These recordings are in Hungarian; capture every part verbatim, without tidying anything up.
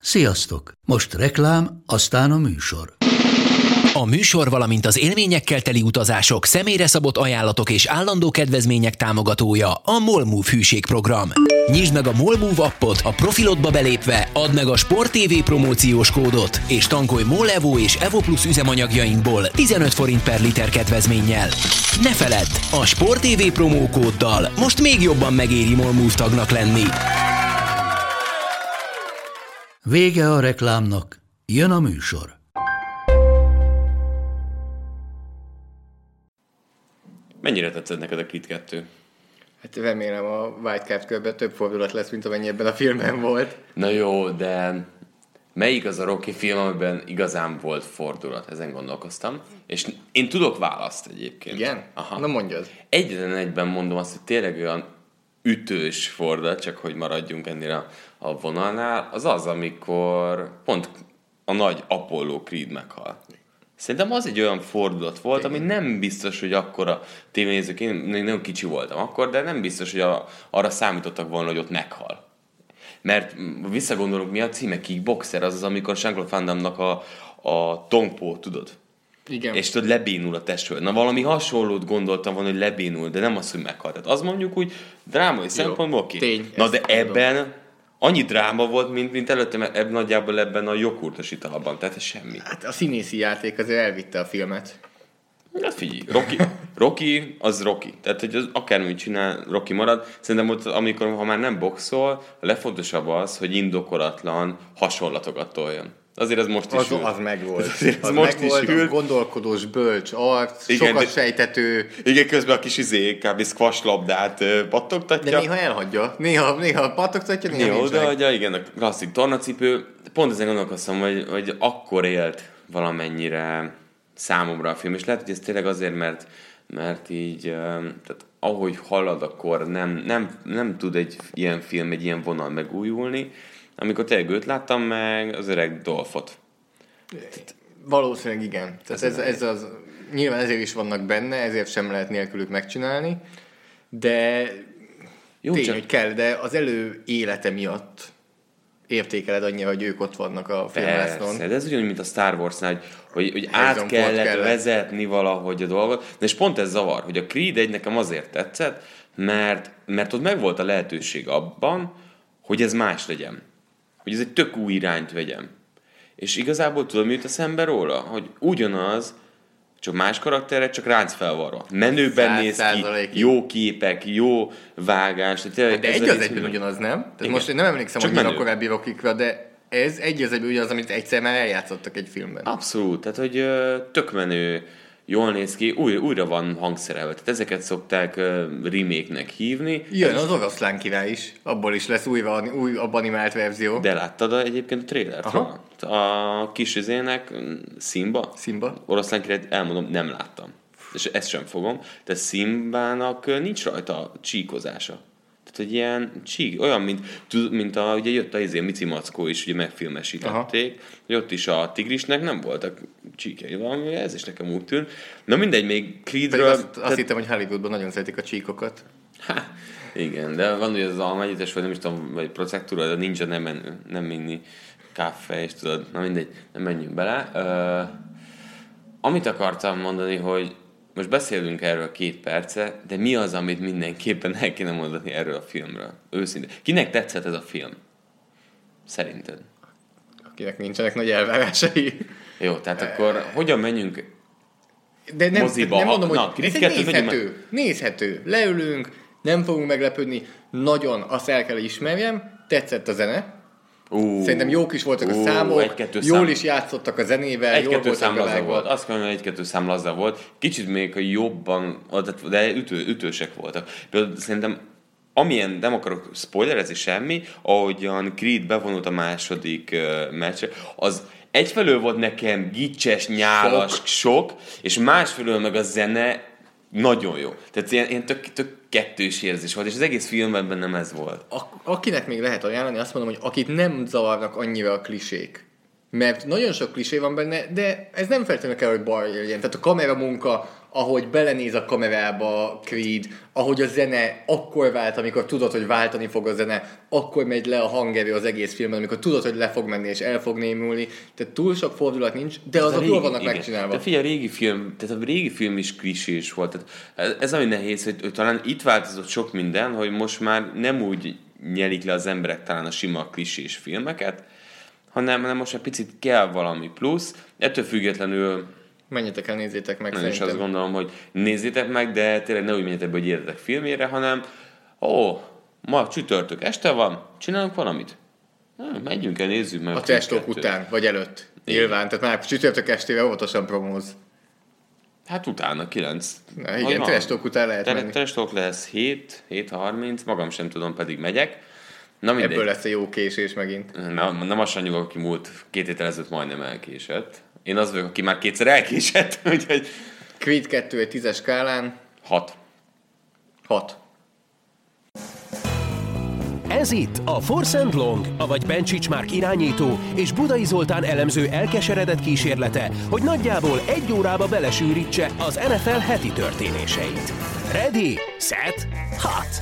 Sziasztok! Most reklám, aztán a műsor. A műsor, valamint az élményekkel teli utazások, személyre szabott ajánlatok és állandó kedvezmények támogatója a MOLMOVE hűségprogram. Nyisd meg a MOLMOVE appot, a profilodba belépve add meg a Sport té vé promóciós kódot, és tankolj MOL Evo és Evo Plus üzemanyagjainkból tizenöt forint per liter kedvezménnyel. Ne feledd, a Sport té vé promókóddal most még jobban megéri MOLMOVE tagnak lenni. Vége a reklámnak, jön a műsor. Mennyire tetszett neked a Creed kettő? Hát remélem a Wildcard körben több fordulat lesz, mint amennyi ebben a filmben volt. Na jó, de melyik az a Rocky film, amiben igazán volt fordulat? Ezen gondolkoztam. És én tudok választ egyébként. Igen? Aha. Na mondjad. Egyetlen egyben mondom azt, hogy tényleg olyan ütős fordulat, csak hogy maradjunk ennél a, a vonalnál, az az, amikor pont a nagy Apollo Creed meghal. Szerintem az egy olyan fordulat volt, ami nem biztos, hogy akkor a tévénézők, én nagyon kicsi voltam akkor, de nem biztos, hogy a, arra számítottak volna, hogy ott meghal. Mert visszagondolunk, mi a címe? Kickboxer, az az, amikor Jean-Claude Van Damme-nak a, a tongpó, tudod? Igen. És tudod, lebénul a testről. Na valami hasonlót gondoltam volna, hogy lebénul, de nem az, hogy meghal. Tehát az mondjuk úgy drámai szempontból oké. Tény. Na de ebben annyi dráma volt, mint, mint előtte, mert ebb, nagyjából ebben a joghurtos italban, tehát ez semmi. Hát a színészi játék azért elvitte a filmet. Hát figyelj, Rocky, Rocky az Rocky. Tehát, hogy az akármit csinál, Rocky marad. Szerintem ott, amikor, ha már nem boxol, a legfontosabb az, hogy indokolatlan hasonlatokat toljon. Azért ez most is az, ült. Az megvolt. Azért ez az most megvolt, is ült. A gondolkodós, bölcs arc, igen, sokat de, sejtető. Igen, közben a kis izé, kb. Squash labdát pattogtatja. De néha elhagyja. Néha, néha pattogtatja, néha Jó, nincs de meg. hogy igen, a klasszik tornacipő. Pont ezen gondolkoztam, hogy, hogy akkor élt valamennyire számomra a film, és lehet, hogy ez tényleg azért, mert, mert így, tehát ahogy halad, akkor nem, nem, nem tud egy ilyen film, egy ilyen vonal megújulni. Amikor tényleg őt láttam meg, az öreg Dolphot. Valószínűleg igen. Tehát ez, ez az, nyilván ezért is vannak benne, ezért sem lehet nélkülük megcsinálni, de jó, tény, csak... hogy kell, de az elő élete miatt értékeled annyira, hogy ők ott vannak a filmvásznon. Persze, de ez ugyanúgy, mint a Star Warsnál, hogy, hogy, hogy át kellett, kellett vezetni valahogy a dolgot. De és pont ez zavar, hogy a Creed egy nekem azért tetszett, mert, mert ott megvolt a lehetőség abban, hogy ez más legyen. Hogy ez egy tök új irányt vegyem. És igazából tudod, mi jut eszembe róla? Hogy ugyanaz, csak más karakterre, csak ránc felvarva. Menőben néz ki, jó képek, jó vágás. De egy az egyben ugyanaz, nem? Tehát igen. Most én nem emlékszem annyira a korábbi Rockikra, de ez egy az egyben ugyanaz, amit egyszer már eljátszottak egy filmben. Abszolút, tehát hogy tök menő, jól néz ki, új, újra van hangszerelve. Tehát ezeket szokták uh, remake-nek hívni. Jön az Oroszlán király is, abból is lesz újra, új animált verzió. De láttad a, egyébként a trailert? Aha. A kis izének, Simba? Simba? Oroszlán királyt elmondom, nem láttam. És ezt sem fogom. De Simbának nincs rajta csíkozása. Tehát, hogy ilyen csík, olyan, mint, mint a, ugye jött a izé, Mici Mackó is, ugye megfilmesítették, aha, hogy ott is a tigrisnek nem voltak csíkjai, valami, ez is nekem úgy tűnt. Na mindegy, még Creedről... Azt, azt te... hittem, hogy Hollywoodban nagyon szeretik a csíkokat. Há, igen, de van, hogy az almányítés, vagy nem is tudom, vagy procektúra, de nincs a nem, menő, nem inni kávé, és tudod, na mindegy, nem menjünk bele. Uh, amit akartam mondani, hogy most beszélünk erről két perce, de mi az, amit mindenképpen el kéne mondani erről a filmről? Őszintén. Kinek tetszett ez a film? Szerinted? Akinek nincsenek nagy elvárásai. Jó, tehát akkor hogyan menjünk de nem, moziba? Nem mondom, Na, hogy ez egy nézhető, nézhető. Leülünk, nem fogunk meglepődni. Nagyon, azt el kell ismerjem. Tetszett a zene. Uh, Szerintem jók is voltak uh, a számok, jól szám. is játszottak a zenével, egy-kettő szám laza volt. Azt mondom, hogy egy-kettő szám laza volt. Kicsit még a jobban, de ütő, ütősek voltak. Például szerintem, amilyen, nem akarok spoilerezni semmi, ahogyan Creed bevonult a második uh, meccsre, az egyfelől volt nekem gicses, nyálas, sok, sok és másfelől meg a zene nagyon jó. Tehát ilyen, ilyen tök, tök kettős érzés volt, és az egész filmben nem ez volt. A, akinek még lehet ajánlani, azt mondom, hogy akit nem zavarnak annyira a klisék, mert nagyon sok klisé van benne, de ez nem feltétlenül kell, hogy baj legyen. Tehát a kameramunka, ahogy belenéz a kamerába Creed, ahogy a zene akkor vált, amikor tudod, hogy váltani fog a zene, akkor megy le a hangerő az egész filmben, amikor tudod, hogy le fog menni és el fog némulni. Tehát túl sok fordulat nincs, de azok jól vannak igen. megcsinálva. De figyelj, a régi film, tehát a régi film is klisés volt. Tehát ez, ez ami nehéz, hogy, hogy talán itt változott sok minden, hogy most már nem úgy nyelik le az emberek talán a sima klisés filmeket, hanem, hanem most egy picit kell valami plusz. Ettől függetlenül menjetek el, nézzétek meg. Én is azt gondolom, hogy nézzétek meg, de tényleg ne úgy menjetek be, hogy érdetek filmére, hanem ó, ma csütörtök este van, csinálunk valamit? Na, menjünk el, nézzük meg. A testok után, vagy előtt. Igen. Nyilván, tehát már csütörtök estére óvatosan promóz. Hát utána, kilenc. Na, igen, testok után lehet menni. Testok lesz hét, hét harminc, magam sem tudom, pedig megyek. Na, mindegy. Ebből lesz egy jó késés megint. Na, nem az Sanyi, aki múlt két héttel ezelőtt majdnem elkésett. Én az vagyok, aki már kétszer elkésett, úgyhogy... Creed kettő egy tízes skálán. Hat. Hat. Ez itt a Force and Long, avagy Bencsics Márk irányító és Budai Zoltán elemző elkeseredett kísérlete, hogy nagyjából egy órába belesűrítse az en ef el heti történéseit. Ready, set, hot!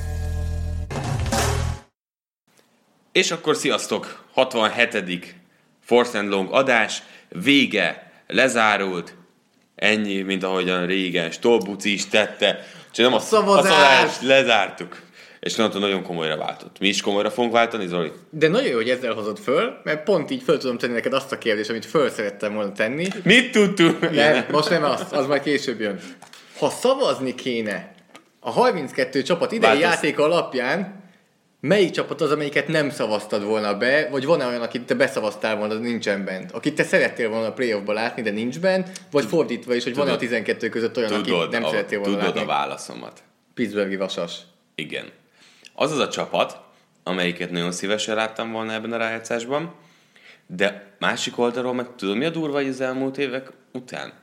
És akkor sziasztok! hatvanhetedik Force and Long adás, vége, lezárult, ennyi, mint ahogyan régen Stolbuci is tette. Csak nem a, a szavazást lezártuk. És nagyon, nagyon komolyra váltott. Mi is komolyra fogunk váltani, Zoli? De nagyon jó, hogy ezzel hozod föl, mert pont így föl tudom tenni neked azt a kérdést, amit föl szerettem volna tenni. Mit tudtunk? Nem, most nem az, az majd később jön. Ha szavazni kéne a harminckettő csapat idei Változ... játéka alapján, melyik csapat az, amelyiket nem szavaztad volna be, vagy van-e olyan, akit te beszavaztál volna, de nincsen bent? Akit te szerettél volna a playoffba látni, de nincs bent, vagy fordítva is, hogy van-e a tizenkettő között olyan, tudod, akit nem a, szerettél volna tudod látni? Tudod a válaszomat. Pittsburghi Vasas. Igen. Az az a csapat, amelyiket nagyon szívesen láttam volna ebben a rájátszásban, de másik oldalról meg tudom, mi a durva, hogy az elmúlt évek után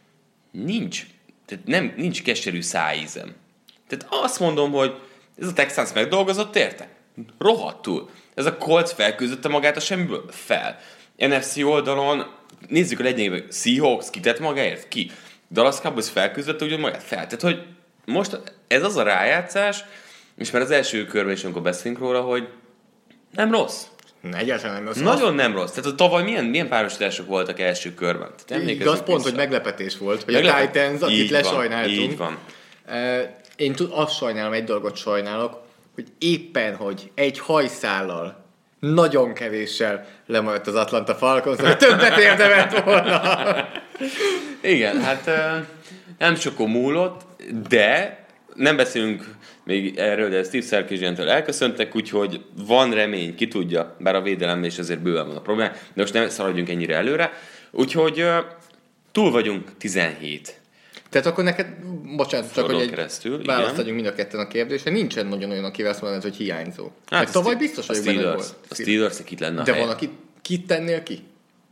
nincs, tehát nem, nincs keserű szájízem. Tehát azt mondom, hogy ez a Texans megdolgozott, érte? Rohadtul. Ez a Colts felküzdötte magát a semmiből fel. en ef cé oldalon, nézzük a lényegében, Seahawks kitett magáért? Ki? Dallas Cowboys felküzdötte ugyan magát fel. Tehát, hogy most ez az a rájátszás, és már az első körben is, amikor beszélünk róla, hogy nem rossz. Egyáltalán nem rossz. Nagyon nem rossz. Tehát a tavaly milyen, milyen párosítások voltak első körben? Igaz pont, vissza. Hogy meglepetés volt, hogy Meglepet... a Titans, akit így lesajnáltunk. Így van. Én tud, azt sajnálom, egy dolgot sajnálok, hogy éppen, hogy egy hajszállal, nagyon kevéssel lemaradt az Atlanta Falcons, hogy többet érdemelt volna. Igen, hát nem sokon múlott, de nem beszélünk még erről, de Steve Sarkisiantől elköszöntek, úgyhogy van remény, ki tudja, bár a védelemben is azért bőven van a probléma, de most nem szaladjunk ennyire előre. Úgyhogy túl vagyunk tizenhét. Tehát akkor neked, bocsánat, csak hogy egy keresztül, választ adjunk mind a ketten a kérdésre, nincsen nagyon olyan, akivel azt mondanád, hogy hiányzó. Hát mert tavaly biztos vagyok benne, hogy volt. A Steelers kit lenne a De helyen. van, akit kit tennél ki?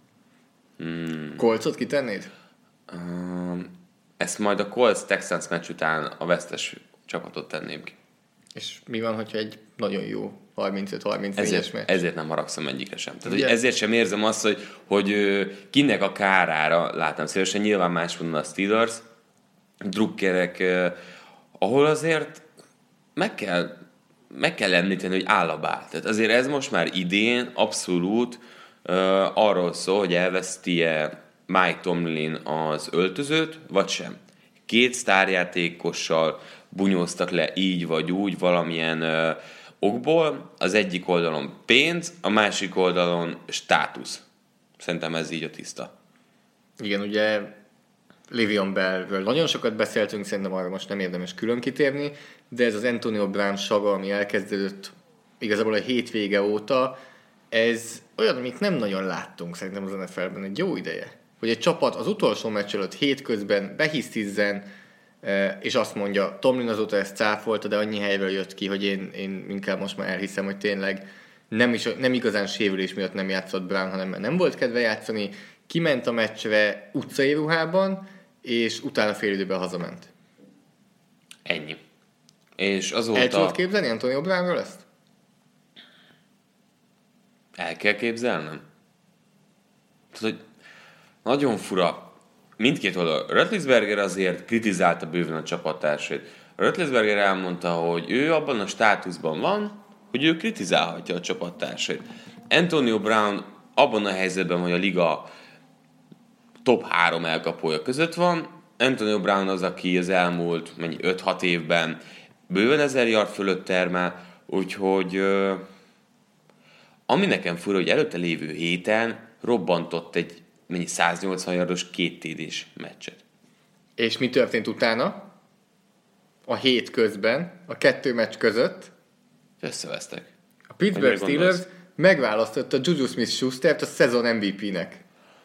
Hmm. Coltsot kitennéd? Um, ezt majd a Colts-Texans meccs után a vesztes csapatot tenném ki. És mi van, hogyha egy nagyon jó harmincöt harmincnégyes meccs? Ezért nem haragszom egyikre sem. Tehát, hogy ezért sem érzem azt, hogy, hogy kinek a kárára látnám szívesen. Nyilván más mondom a Steelers, drukkerek, eh, ahol azért meg kell, meg kell említeni, hogy áll a bál. Tehát azért ez most már idén abszolút eh, arról szól, hogy elveszti-e Mike Tomlin az öltözőt, vagy sem. Két sztárjátékossal bunyóztak le így vagy úgy valamilyen eh, okból. Az egyik oldalon pénz, a másik oldalon státusz. Szerintem ez így a tiszta. Igen, ugye Le'Veon Bellről nagyon sokat beszéltünk, szerintem arra most nem érdemes külön kitérni, de ez az Antonio Brown saga, ami elkezdődött igazából a hétvége óta, ez olyan, amit nem nagyon láttunk szerintem az en ef el-ben egy jó ideje. Hogy egy csapat az utolsó meccs előtt hétközben behisztizzen, és azt mondja, Tomlin azóta ezt cáfolta, de annyi helyről jött ki, hogy én, én inkább most már elhiszem, hogy tényleg nem, is, nem igazán sérülés miatt nem játszott Brown, hanem nem volt kedve játszani, kiment a meccsre utcai ruhában, és utána fél időben hazament. Ennyi. És azóta... El tudod képzelni Antonio Brownról ezt? El kell képzelnem? tehát, hogy nagyon fura. Mindkét oldal. Roethlisberger azért kritizálta bőven a csapattársait. Roethlisberger elmondta, hogy ő abban a státuszban van, hogy ő kritizálhatja a csapattársait. Antonio Brown abban a helyzetben, hogy a liga top három elkapója között van. Antonio Brown az, aki az elmúlt mennyi, öt-hat évben bőven ezer yard fölött termel, úgyhogy uh, ami nekem fura, hogy előtte lévő héten robbantott egy mennyi száznyolcvan yardos két té dés meccset. És mi történt utána? A hét közben, a kettő meccs között összevesztek. A Pittsburgh Steelers megválasztotta Juju Smith-Schustert a szezon em vé pé-nek.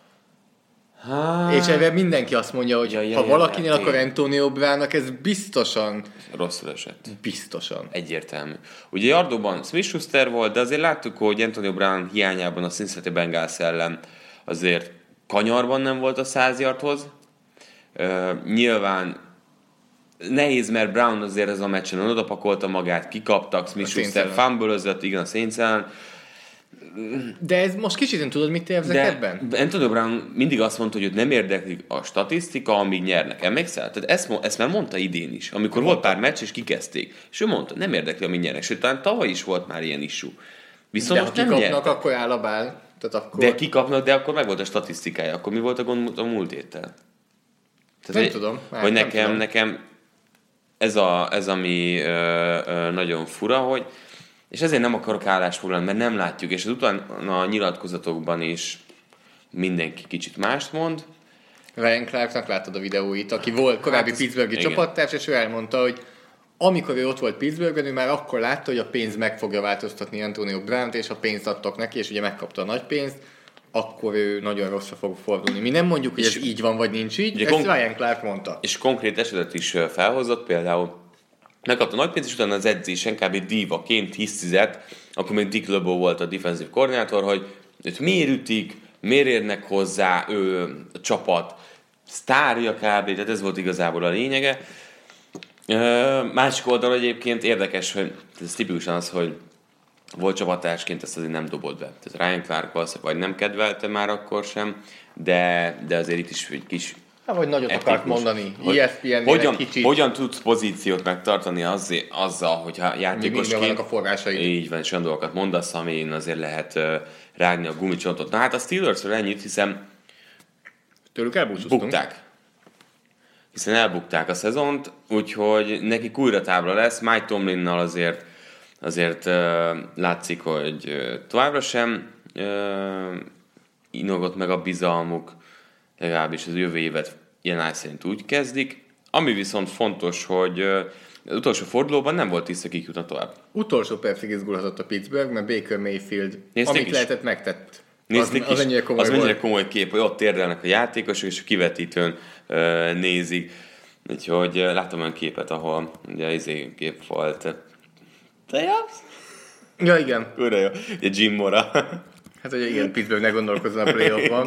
Hát... És ebben mindenki azt mondja, hogy ja, ja, ha ja, valakinél, ja, akkor Antonio Brownnak ez biztosan... rosszul esett. Biztosan. Egyértelmű. Ugye Yardóban Smith-Schuster volt, de azért láttuk, hogy Antonio Brown hiányában a Cincinnati Bengals ellen azért kanyarban nem volt a száz yardhoz. Uh, nyilván nehéz, mert Brown azért ez a meccsen odapakolta magát, kikaptak, Smith-Schuster fumble-özött, igen, a Saints ellen. De ez most kicsit nem tudod, mit érzek de ebben? Antonio Brown mindig azt mondta, hogy őt nem érdeklik a statisztika, amíg nyernek. Emlékszel? Tehát ezt, ezt már mondta idén is, amikor volt pár meccs, és kikezdték. És ő mondta, nem érdekli, amíg nyernek. Sőt, talán tavaly is volt már ilyen issue. Viszont de ha kikapnak, akkor áll a bál. Tehát akkor... De kikapnak, de akkor meg volt a statisztikája. Akkor mi volt a gond a múlt héttel? Tehát nem egy, tudom. Hogy nem nekem, tudom. nekem ez, a, ez ami ö, ö, nagyon fura, hogy és ezért nem akarok állást foglalni, mert nem látjuk, és az utána a nyilatkozatokban is mindenki kicsit mást mond. Ryan Clarknak láttad a videóit, aki volt korábbi hát Pittsburghi csapattárs, és ő elmondta, hogy amikor ő ott volt Pittsburghben, ő már akkor látta, hogy a pénz meg fogja változtatni Antonio Brownt, és ha pénzt adtak neki, és ugye megkapta a nagy pénzt, akkor ő nagyon rosszra fog fordulni. Mi nem mondjuk, hogy ez így van, vagy nincs így, ezt konk- Ryan Clark mondta. És konkrét esetet is felhozott, például megkapta nagy pénzt, és utána az edzésen kb. Dívaként hisztizett, akkor még Dick LeBeau volt a defensív koordinátor, hogy őt miért ütik, miért érnek hozzá, ő a csapat sztárja kb. Tehát ez volt igazából a lényege. Másik oldalon egyébként érdekes, hogy ez tipikusan az, hogy volt csapattársként, ezt azért nem dobott be. Tehát Ryan Clark valószínűleg vagy nem kedvelte már akkor sem, de, de azért itt is egy kis hát, vagy nagyot etikus, akart mondani. Hogy, E S P N-nél hogyan, kicsit. Hogyan tudsz pozíciót megtartani azzé, azzal, hogyha játékosként... a forrásaid. Így van, és olyan dolgokat mondasz, amin azért lehet uh, rágni a gumicsontot. Na hát a Steelersről ennyit, hiszen tőlük elbúcsúztunk. Bukták. Hiszen elbukták a szezont, úgyhogy neki újra tábla lesz. Mike Tomlinnal azért, azért uh, látszik, hogy uh, továbbra sem uh, inogott meg a bizalmuk, legalábbis az jövő évet ilyen áll szerint úgy kezdik. Ami viszont fontos, hogy az utolsó fordulóban nem volt tiszta, kik jutna tovább. Utolsó percig izgulhatott a Pittsburgh, mert Baker Mayfield, nézték amit is. lehetett, megtett. Nézték az, az ennyire komoly az volt. mennyire komoly kép, hogy ott érdelnek a játékosok, és a kivetítőn uh, nézik. Úgyhogy uh, láttam olyan képet, ahol ugye izé kép volt. Te javsz? Ja, igen. Ura jó. Ugye Jim Mora. Hát ugye igen, Pittsburgh ne gondolkozzon a playoffban.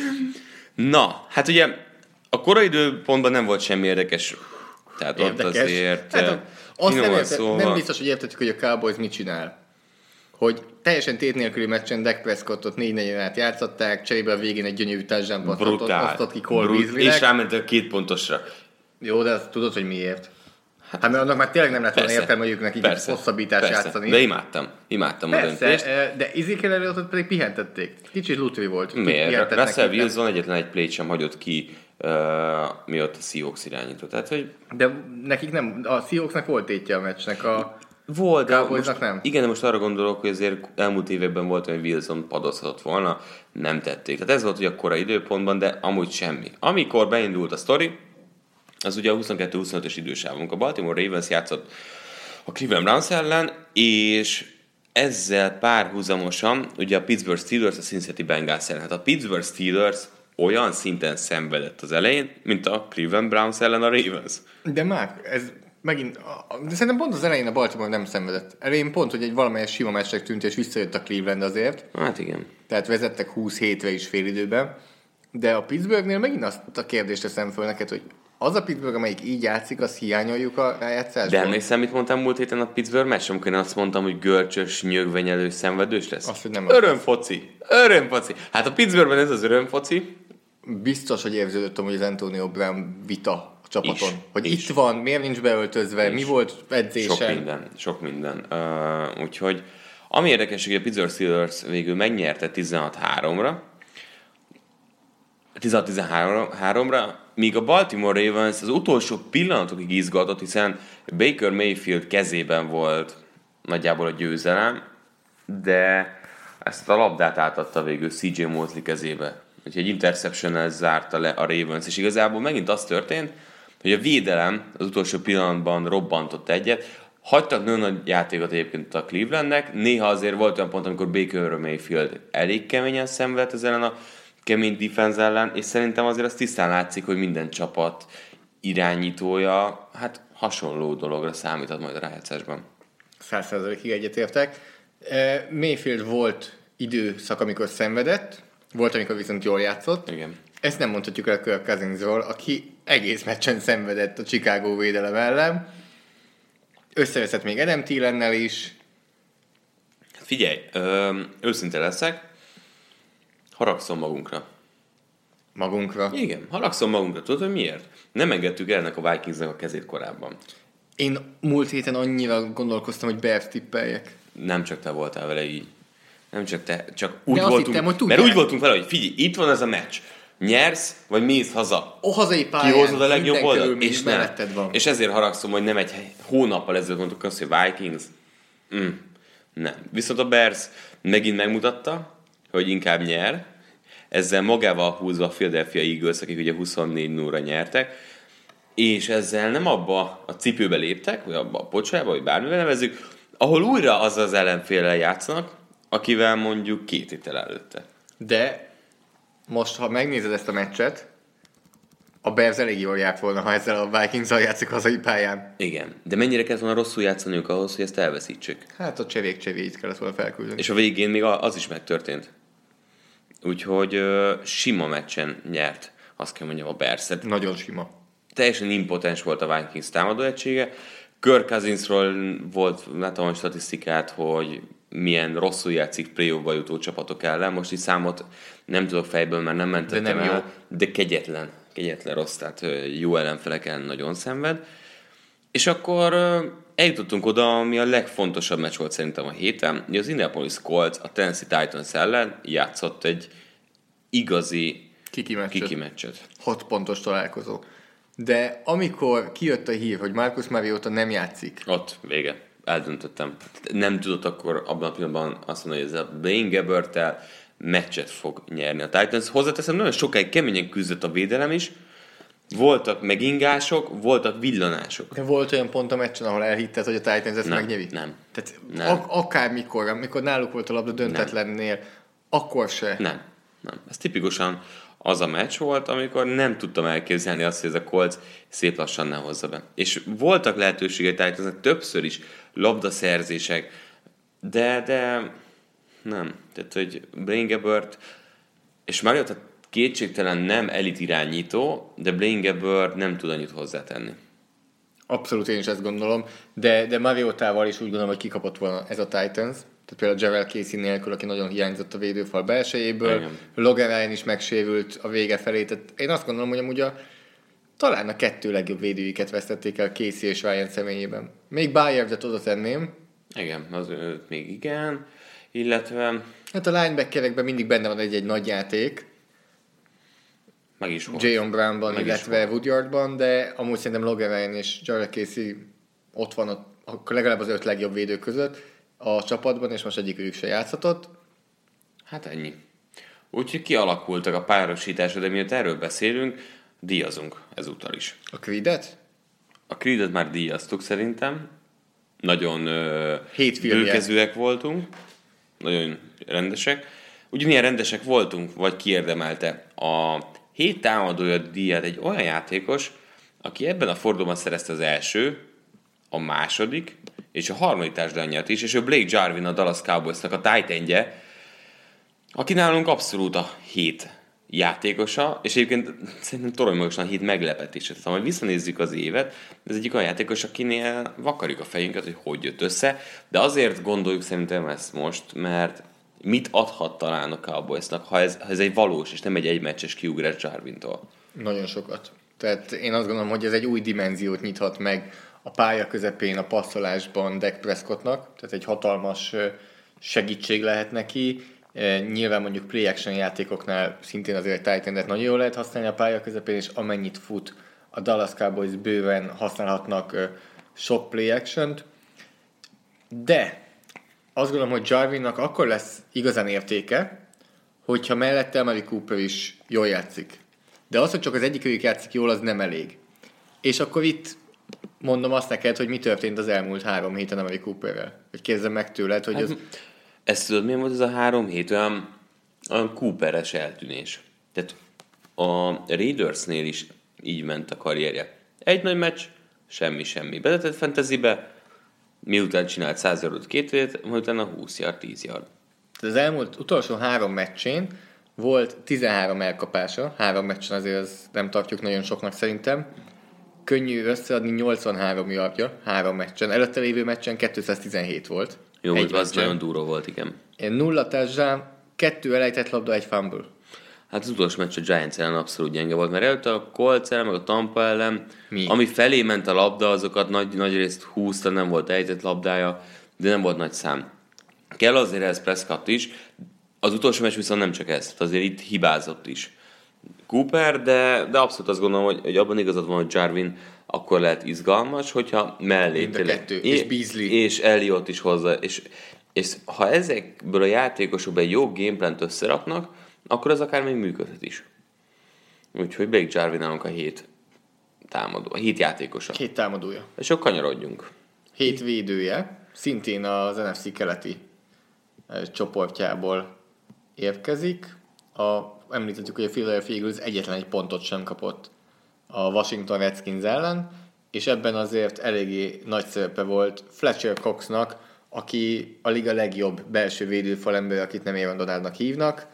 Na, hát ugye a korai időpontban nem volt semmi érdekes. Tehát érdekes. Ott azért... Hát, azt nem, érte, szóval... nem biztos, hogy értettük, hogy a Cowboys mit csinál. Hogy teljesen tét nélküli meccsen Dak Prescottot négy negyen át játszották, cserébe a végén egy gyönyörű touchdown-t osztott ki Cole Beasley-nek. És rámentek két pontosra. Jó, de azt tudod, hogy miért. Hát, hát mert annak már tényleg nem lett volna értelme, hogy ők nekik hosszabbítást játszani. De imádtam. Imádtam persze, a döntést. De Ezekiel Elliotot pedig pihentették. Kicsit lutri volt. Miért? Russell Wilson egyetlen egy play-t sem hagyott ki, uh, miatt a Seahawks irányított. Tehát, hogy... De nekik nem, a Seahawksnak volt tétje a meccsnek, a volt, de most, nem. Igen, de most arra gondolok, hogy azért elmúlt években volt, hogy Wilson padozhatott volna, nem tették. Tehát ez volt, hogy a korai időpontban, de amúgy semmi. Amikor beindult a sztori, az ugye a huszonkettő huszonötös idősávunk. A Baltimore Ravens játszott a Cleveland Browns ellen, és ezzel párhuzamosan ugye a Pittsburgh Steelers a Cincinnati Bengals ellen. Hát a Pittsburgh Steelers olyan szinten szenvedett az elején, mint a Cleveland Browns ellen a Ravens. De már ez megint, de szerintem pont az elején a Baltimore nem szenvedett. Elején pont, hogy egy valamelyes sima meccsnek tűnt, és visszajött a Cleveland azért. Hát igen. Tehát vezettek húsz hétre is fél időben. De a Pittsburghnél megint azt a kérdést teszem föl neked, hogy az a Pittsburgh, amelyik így játszik, az hiányoljuk a rájátszásból. De emlékszem, mit mondtam múlt héten a Pittsburgh meccs, amikor én azt mondtam, hogy görcsös, nyögvenyelő, szenvedős lesz? Azt, hogy nem örömfoci. Örömfoci. Hát a Pittsburghben ez az örömfoci. Biztos, hogy érződött amúgy az Antonio Brown vita a csapaton. Is. Hogy Is. itt van, miért nincs beöltözve, Is. mi volt edzésen. Sok minden, sok minden. Uh, úgyhogy ami érdekes, hogy a Pittsburgh Steelers végül megnyerte tizenhat háromra, tizenhat tizenháromra, míg a Baltimore Ravens az utolsó pillanatokig izgatott, hiszen Baker Mayfield kezében volt nagyjából a győzelem, de ezt a labdát átadta végül cé jé Mosley kezébe. Úgyhogy egy interceptionnel zárta le a Ravens, és igazából megint az történt, hogy a védelem az utolsó pillanatban robbantott egyet. Hagytak nagyon nagy játékot egyébként a Clevelandnek, néha azért volt olyan pont, amikor Baker Mayfield elég keményen szenvedt ezen a kemény defense ellen, és szerintem azért az tisztán látszik, hogy minden csapat irányítója hát hasonló dologra számíthat majd a rájátszásban. száz százalékig egyetértek. Mayfield volt időszak, amikor szenvedett, volt, amikor viszont jól játszott. Igen. Ezt nem mondhatjuk el a Kirk Cousinsról, aki egész meccsen szenvedett a Chicago védelem ellen. Összeveszett még Adam Thielennel is. Figyelj, ö, őszinte leszek, haragszom magunkra. Magunkra? Igen, haragszom magunkra. Tudod, hogy miért? Nem engedtük el ennek a Vikingsnek a kezét korábban. Én múlt héten annyira gondolkoztam, hogy Bears tippeljek. Nem csak te voltál vele így. Nem csak te, csak úgy De azt voltunk, hittem, hogy mert úgy voltunk vele, hogy figyelj, itt van ez a meccs. Nyersz, vagy mész haza. A hazai pályán Kihozod a legjobb minden oldalt, és melletted van. És ezért haragszom, hogy nem egy hónappal ezelőtt mondtuk azt, hogy Vikings. Mm, nem. Viszont a Bears megint megmutatta, hogy inkább nyer. Ezzel magával húzva a Philadelphia Eagles, akik ugye huszonnégy nulla nyertek, és ezzel nem abba a cipőbe léptek, vagy abba a pocsába, vagy bármivel nevezzük, ahol újra az az ellenféllel játszanak, akivel mondjuk két héttel előtte. De most, ha megnézed ezt a meccset, a Bears elég jól járt volna, ha ezzel a Vikings-al játszik hazai pályán. Igen, de mennyire kellett volna rosszul játszaniuk ahhoz, hogy ezt elveszítsük? Hát a csevék csevéit kellett volna felküldeni. És a végén még az is megtörtént. Úgyhogy uh, sima meccsen nyert, azt kell mondjam, a Bears. Nagyon sima. Teljesen impotens volt a Vikings támadó egysége. Kirk Cousinsról volt, látom a statisztikát, hogy milyen rosszul játszik play-offba jutó csapatok ellen. Most így számot nem tudok fejből, mert nem mentettem de nem el, jó. de kegyetlen, kegyetlen rossz, tehát jó ellenfelek ellen nagyon szenved. És akkor eljutottunk oda, ami a legfontosabb meccs volt szerintem a héten. Az Indianapolis Colts a Tennessee Titans ellen játszott egy igazi Kiki meccset. Kiki meccset. Hat pontos találkozó. De amikor kijött a hír, hogy Marcus Mariota nem játszik. Ott, vége. Eldöntöttem. Nem tudott akkor abban a pillanatban azt mondani, hogy ez a Blaine Gabbert-tel meccset fog nyerni a Titans. Hozzáteszem, nagyon sokáig keményen küzdött a védelem is. Voltak megingások, voltak villanások. De volt olyan pont a meccsen, ahol elhitted, hogy a Titans ezt nem, megnyeri? Nem. Tehát nem. Ak- akármikor, amikor náluk volt a labda döntetlennél, nem. akkor se. Nem. nem. Ez tipikusan az a meccs volt, amikor nem tudtam elképzelni azt, hogy ez a Colts szép lassan ne hozza be. És voltak lehetőségek Titansnak többször is, labdaszerzések, de, de nem. Tehát, hogy Blaine Gabbert, és Mariota kétségtelen nem elit irányító, de Blaine Gabbert nem tud annyit hozzátenni. Abszolút én is ezt gondolom, de, de Mariotával is úgy gondolom, hogy kikapott volna ez a Titans. Tehát például Jarrell Casey nélkül, aki nagyon hiányzott a védőfal belsejéből. Igen. Logan Ryan is megsérült a vége felé. Tehát én azt gondolom, hogy amúgy a, talán a kettő legjobb védőiket vesztették el Casey és Ryan személyében. Még Bayard-et oda tenném. Igen, az őt még igen. Illetve... Hát a linebackerekben mindig benne van egy-egy nagy játék. Meg is volt. Jayon Brownban, meg illetve Woodyardban, de amúgy szerintem Logan Ryan és Jarrell Casey ott van a, a, legalább az öt legjobb védő között a csapatban, és most egyikük se játszhatott. Hát ennyi. Úgyhogy kialakultak a párosítások, de miért erről beszélünk, díjazunk ezúttal is. A Creedet? A Creedet már díjaztuk szerintem. Nagyon ö, Hétfilmje. bőkezőek voltunk. Nagyon rendesek. Ugyanilyen rendesek voltunk, vagy kiérdemelte a hét támadója díjat egy olyan játékos, aki ebben a fordulóban szerezte az első, a második, és a harmadik touchdownját is, és ő Blake Jarvin, a Dallas Cowboysnak a tight endje, aki nálunk abszolút a hét játékosa, és egyébként szerintem torony magasan a hét meglepetése. Tehát, ha majd visszanézzük az évet, ez egyik olyan játékos, akinél vakarjuk a fejünket, hogy hogy jött össze, de azért gondoljuk szerintem ezt most, mert mit adhat talán a Cowboysnak, ha ez, ha ez egy valós, és nem egy egymeccses kiugrás Jarvintól? Nagyon sokat. Tehát én azt gondolom, hogy ez egy új dimenziót nyithat meg a pálya közepén, a passzolásban Dak Prescottnak, tehát egy hatalmas segítség lehet neki. Nyilván mondjuk play action játékoknál szintén azért a tight endet nagyon jól lehet használni a pálya közepén, és amennyit fut a Dallas Cowboys bőven használhatnak sok play action-t. De azt gondolom, hogy Jarvinnak akkor lesz igazán értéke, hogyha mellette Amari Cooper is jól játszik. De az, hogy csak az egyikőjük játszik jól, az nem elég. És akkor itt mondom azt neked, hogy mi történt az elmúlt három héten Amari Cooperrel. Hogy kérdezzem meg tőled, hogy hát, az... Ezt tudod, milyen volt ez a három hét? Olyan, olyan Cooperes eltűnés. Tehát a Raidersnél is így ment a karrierje. Egy nagy meccs, semmi-semmi. Beletett fantasybe, miután csinált száz yardot két vét, majd utána húsz yard, tíz yard. Az elmúlt utolsó három meccsén volt tizenhárom elkapása. Három meccsen azért az nem tartjuk nagyon soknak szerintem. Könnyű összeadni nyolcvanhárom yardja három meccsen. Előtte lévő meccsen kétszáztizenhét volt. Jó, egy az nagyon durva volt, igen. Nulla touchdown, kettő elejtett labda, egy fumble. Hát az utolsó meccs a Giants ellen abszolút gyenge volt, mert előtte a Colts ellen, meg a Tampa ellen, Mi? ami felé ment a labda, azokat nagy, nagy részt húzta, nem volt elejtett labdája, de nem volt nagy szám. Kell azért ez Prescott is, az utolsó meccs viszont nem csak ez, azért itt hibázott is Cooper, de, de abszolút azt gondolom, hogy, hogy abban igazad van, hogy Jarvin akkor lehet izgalmas, hogyha mellé mind a kettő, és, és Beasley. És Elliott is hozzá, és, és ha ezekből a játékosokban egy jó gameplant összeraknak, akkor az akár még működhet is. Úgyhogy Blake Jarvin állunk a hét támadó, a hét játékosa. Hét támadója. És akkor kanyarodjunk. Hét védője, szintén az en ef cé keleti csoportjából érkezik. A, említettük, hogy a Philadelphia Eagles egyetlen egy pontot sem kapott a Washington Redskins ellen, és ebben azért eléggé nagy szerepe volt Fletcher Coxnak, aki a liga legjobb belső védőfalember, akit nem Aaron Donaldnak hívnak.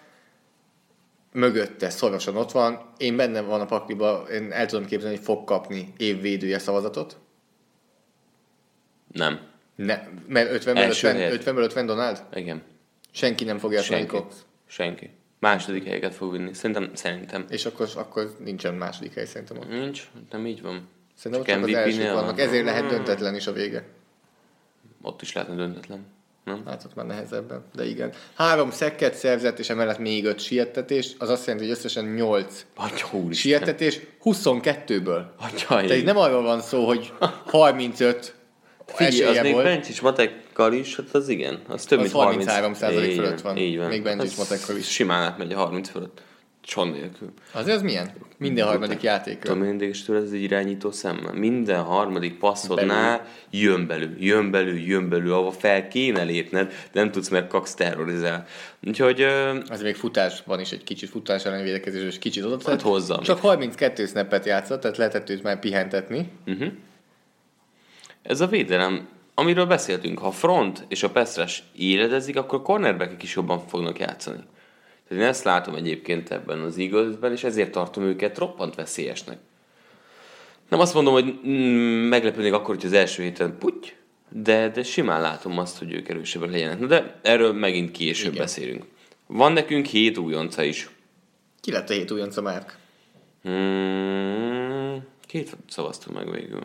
Mögötte szorosan ott van. Én bennem van a pakliba, én el tudom képzelni, hogy fog kapni évvédője szavazatot. Nem. Ne, mert ötvenből ötven Donald? Igen. Senki nem fogja elfelelni Cox? Senki. Második helyeket fog vinni. Szerintem. szerintem. És akkor, akkor nincsen második hely szerintem ott. Nincs, nem így van. Szerintem csak, csak az elsők vannak. Ezért lehet döntetlen is a vége. Ott is lehetne döntetlen. Nem? Hát ott már nehezebben, de igen. Három szekket szerzett, és emellett még öt siettetés, az azt jelenti, hogy összesen nyolc siettetés huszonkettőből. Tehát nem arról van szó, hogy harmincöt Figyelj, az még Bencsics matekkal is, hát az igen. Az több az mint harminchárom százalék fölött van. Így van. Még Bencsics matekkal is. Simán átmegy a harminc fölött. Cson nélkül. Azért az milyen? Minden harmadik játékra. Tudom, mindig is tőle ez egy irányító szemmel. Minden harmadik passzodnál belül. jön belül, jön belül, jön belül, ahova fel kéne lépned, de nem tudsz, mert Cox terrorizál. Úgyhogy... Uh, azért még futásban is egy kicsit, futás elleni védekezésben is kicsit oda. Hát hozzá. Csak harminckettő snappet játszott, tehát lehetett őt már pihentetni. Uh-huh. Ez a védelem, amiről beszéltünk, ha a front és a pass rush éledezik, akkor cornerbackek is jobban fognak játszani. Tehát én ezt látom egyébként ebben az Eaglesben, és ezért tartom őket roppant veszélyesnek. Nem azt mondom, hogy mm, meglepődnék akkor, hogy az első héten puty, de, de simán látom azt, hogy ők erősebbek legyenek. Na de erről megint később Igen. beszélünk. Van nekünk hét újonca is. Ki lett a hét újonca, Márk? Hmm, két szavaztunk meg végül.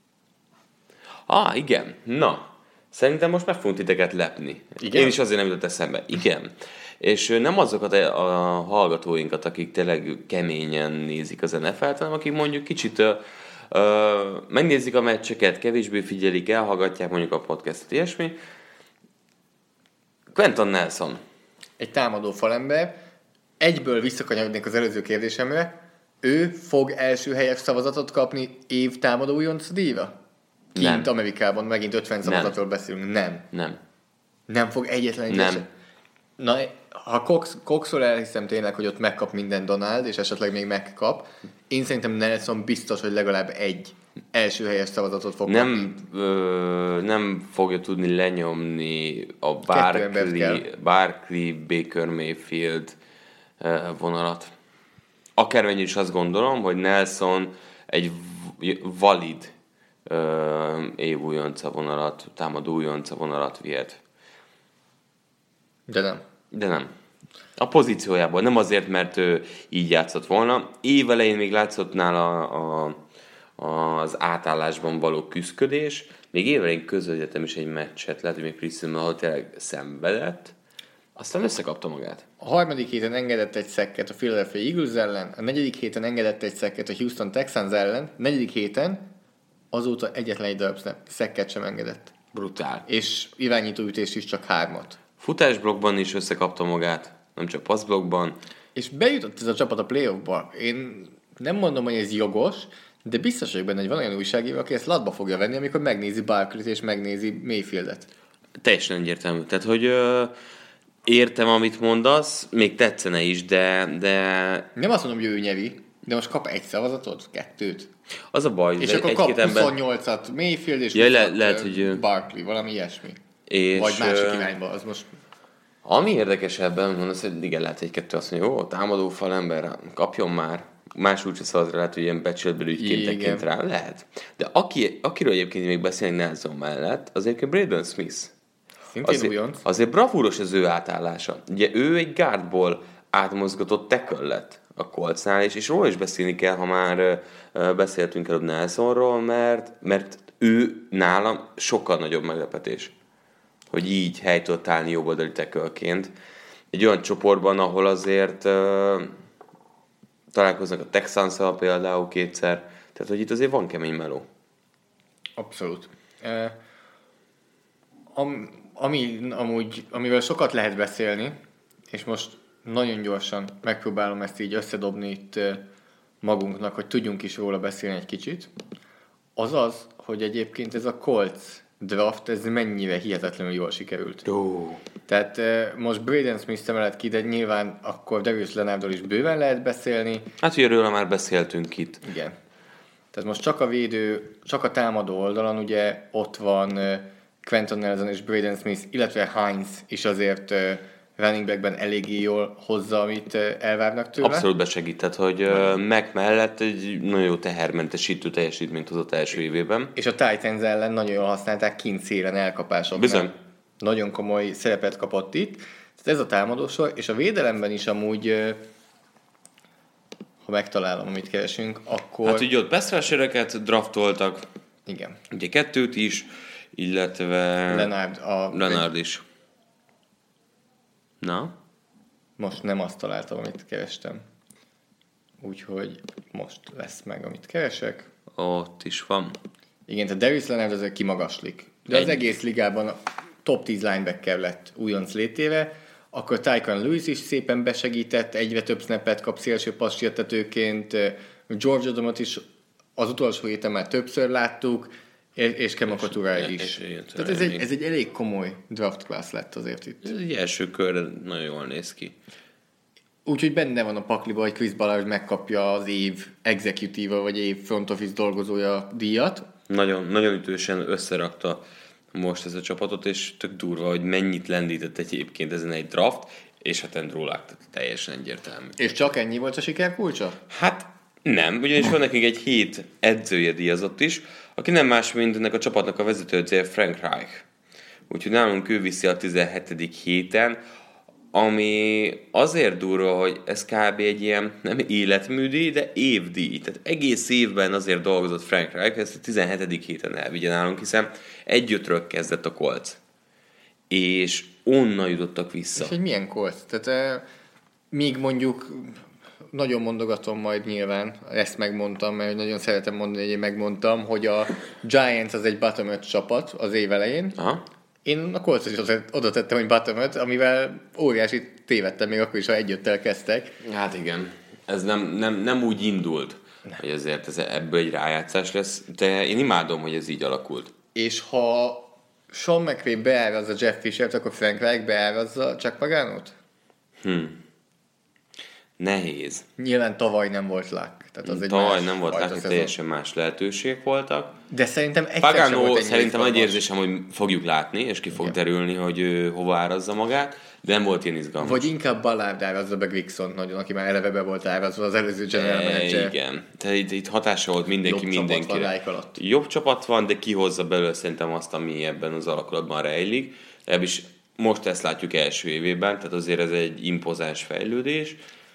Ah, igen. Na, szerintem most meg fogunk titeket lepni. Igen? Én is azért nem jutott eszembe. Igen. És nem azokat a hallgatóinkat, akik tényleg keményen nézik az en ef el-t, hanem akik mondjuk kicsit uh, uh, megnézik a meccseket, kevésbé figyelik, elhallgatják mondjuk a podcastot, ilyesmi. Quenton Nelson. Egy támadó falember. Egyből visszakanyarodnék az előző kérdésemre. Ő fog első helyes szavazatot kapni év támadó újonc díjra? Kint nem. Amerikában megint ötven szavazatról beszélünk. Nem. Nem. Nem fog egyetlen Nem. Sem. Na, ha Cox, Coxról elhiszem tényleg, hogy ott megkap minden Donald, és esetleg még megkap, én szerintem Nelson biztos, hogy legalább egy első helyes szavazatot fog nem, kapni. Ö, nem fogja tudni lenyomni a Barkley, Barkley Baker Mayfield vonalat. akármennyire is azt gondolom, hogy Nelson egy valid uh, évújonca vonalat, támadó újonca vonalat vihet. De nem. De nem. A pozíciójából. Nem azért, mert ő így játszott volna. Évelején még látszott nála a, a, az átállásban való küszködés. Még évelején közöljetem is egy meccset, lehet, hogy még Priscilla, ahol tényleg szenvedett. Aztán összekapta magát. A harmadik héten engedett egy szekket a Philadelphia Eagles ellen, a negyedik héten engedett egy szekket a Houston Texans ellen, a negyedik héten azóta egyetlen egy darab szekket sem engedett. Brutál. És irányítóütést is csak hármat. Futásblokkban is összekapta magát, nem csak passzblokkban. És bejutott ez a csapat a playoffba. Én nem mondom, hogy ez jogos, de biztos vagyok benne, hogy van olyan újságíró, aki ezt latba fogja venni, amikor megnézi Barkleyt és megnézi Mayfieldet. Teljesen egyértelmű. Tehát, hogy ö, értem, amit mondasz, még tetszene is, de, de... Nem azt mondom, hogy ő nyeri, de most kap egy szavazatot, kettőt. Az a baj, és akkor kap huszonnyolcat Mayfield és ja, le, lehet, hogy Barkley, valami ilyesmi. És vagy másik irányba, az most... Ami érdekes ebben, mondasz, hogy igen, lehet egy-kettő azt mondja, jó, támadó falember, kapjon már. Más úgyse szavazra lehet, hogy ilyen becsületbeli ügyként tekint rá. Lehet. De aki, akiről egyébként még beszélni Nelson mellett, az egyébként Braden Smith. Szintén azért, újonc. Azért bravúros az ő átállása. Ugye ő egy guardból átmozgatott tackle lett a Coltsnál, és, és róla is beszélni kell, ha már uh, beszéltünk előbb Nelsonról, mert, mert ő nálam sokkal nagyobb meglepetés, hogy így helyt tudott állni jobboldali tackle-ként. Egy olyan csoportban, ahol azért uh, találkoznak a Texans-szal például kétszer, tehát hogy itt azért van kemény meló. Abszolút. Uh, am, ami, amúgy, amivel sokat lehet beszélni, és most nagyon gyorsan megpróbálom ezt így összedobni itt uh, magunknak, hogy tudjunk is róla beszélni egy kicsit, az az, hogy egyébként ez a Colts draft, ez mennyire hihetetlenül jól sikerült. Oh. Tehát uh, most Braden Smith emelet ki, de nyilván akkor Darius Leonardról is bőven lehet beszélni. Hát, hogy erről már beszéltünk itt. Igen. Tehát most csak a védő, csak a támadó oldalon, ugye ott van uh, Quentin Nelson és Braden Smith, illetve Hines is azért uh, running backben eléggé jól hozza, amit uh, elvárnak tőle. Abszolút besegített, hogy uh, Mac mellett egy nagyon jó tehermentesítő teljesítményt hozott első évében. És a Titans ellen nagyon jól használták kint szélen elkapásoknál. Bizony. Nagyon komoly szerepet kapott itt. Tehát ez a támadósor, és a védelemben is amúgy, uh, ha megtalálom, amit keresünk, akkor... Hát ugye ott pass rushereket draftoltak. Igen. Ugye kettőt is, illetve... Leonard, a... Leonard is. Na? Most nem azt találtam, amit kerestem. Úgyhogy most lesz meg, amit keresek. Ott is van. Igen, tehát Darius Leonard azért kimagaslik. De Egy. az egész ligában top tíz linebacker lett újonc létéve. Akkor Tyquan Lewis is szépen besegített, egyre több snappet kap szélső passértetőként. George Odomot is az utolsó héten már többször láttuk, és Kemakatura is. És, és Tehát ez egy, ez egy elég komoly draft class lett azért itt. Ez egy első körre nagyon jól néz ki. Úgyhogy benne van a pakliba, hogy Chris Ballard megkapja az év executive vagy év front office dolgozója díjat. Nagyon, nagyon ütősen összerakta most ez a csapatot, és tök durva, hogy mennyit lendített egyébként ezen egy draft, és hát Andrew Luck, teljesen egyértelmű. És csak ennyi volt a siker kulcsa? Hát nem, ugyanis van nekik egy hét edzője díjazott is, aki nem más, mint ennek a csapatnak a vezetőedzője Frank Reich. Úgyhogy nálunk ő viszi a tizenhetedik héten, ami azért durva, hogy ez kb. Egy ilyen nem életműdíj, de évdíj. Tehát egész évben azért dolgozott Frank Reich, ezt a tizenhetedik héten elvigye nálunk, hiszen egy-ötről kezdett a Colts. És onnan jutottak vissza. És hogy milyen Colts? Tehát eh, míg mondjuk, nagyon mondogatom majd nyilván, ezt megmondtam, mert nagyon szeretem mondani, hogy én megmondtam, hogy a Giants az egy bottom öt csapat az év elején. Aha. Én a Colts is oda tettem, hogy bottom öt, amivel óriási tévedtem még akkor is, ha egy-öttel kezdtek. Hát igen, ez nem, nem, nem úgy indult, nem. Hogy ezért ez ebből egy rájátszás lesz, de én imádom, hogy ez így alakult. És ha Sean McVay beárazza Jeff Fishert, akkor Frank Reich beárazza Chuck Pagánót? Hmm. nehéz. Nyilván tavaly nem volt luck. Tehát az egy tavaly nem volt luck, teljesen más lehetőség voltak. De szerintem egyszer Pagano sem volt szerintem nagy érzésem, hogy fogjuk látni, és ki fog derülni, hogy ő hova árazza magát, de nem volt ilyen izgalmas. Vagy inkább Ballard árazza be Grigson nagyon, aki már eleve be volt árazva az előző general manager. Igen, tehát itt, itt hatása volt mindenki Jobb mindenkire. Csapat van Jobb csapat van, de kihozza belőle szerintem azt, ami ebben az alakulatban rejlik. Ebbis most ezt látjuk első évében, tehát azért ez egy impozáns fejlődés.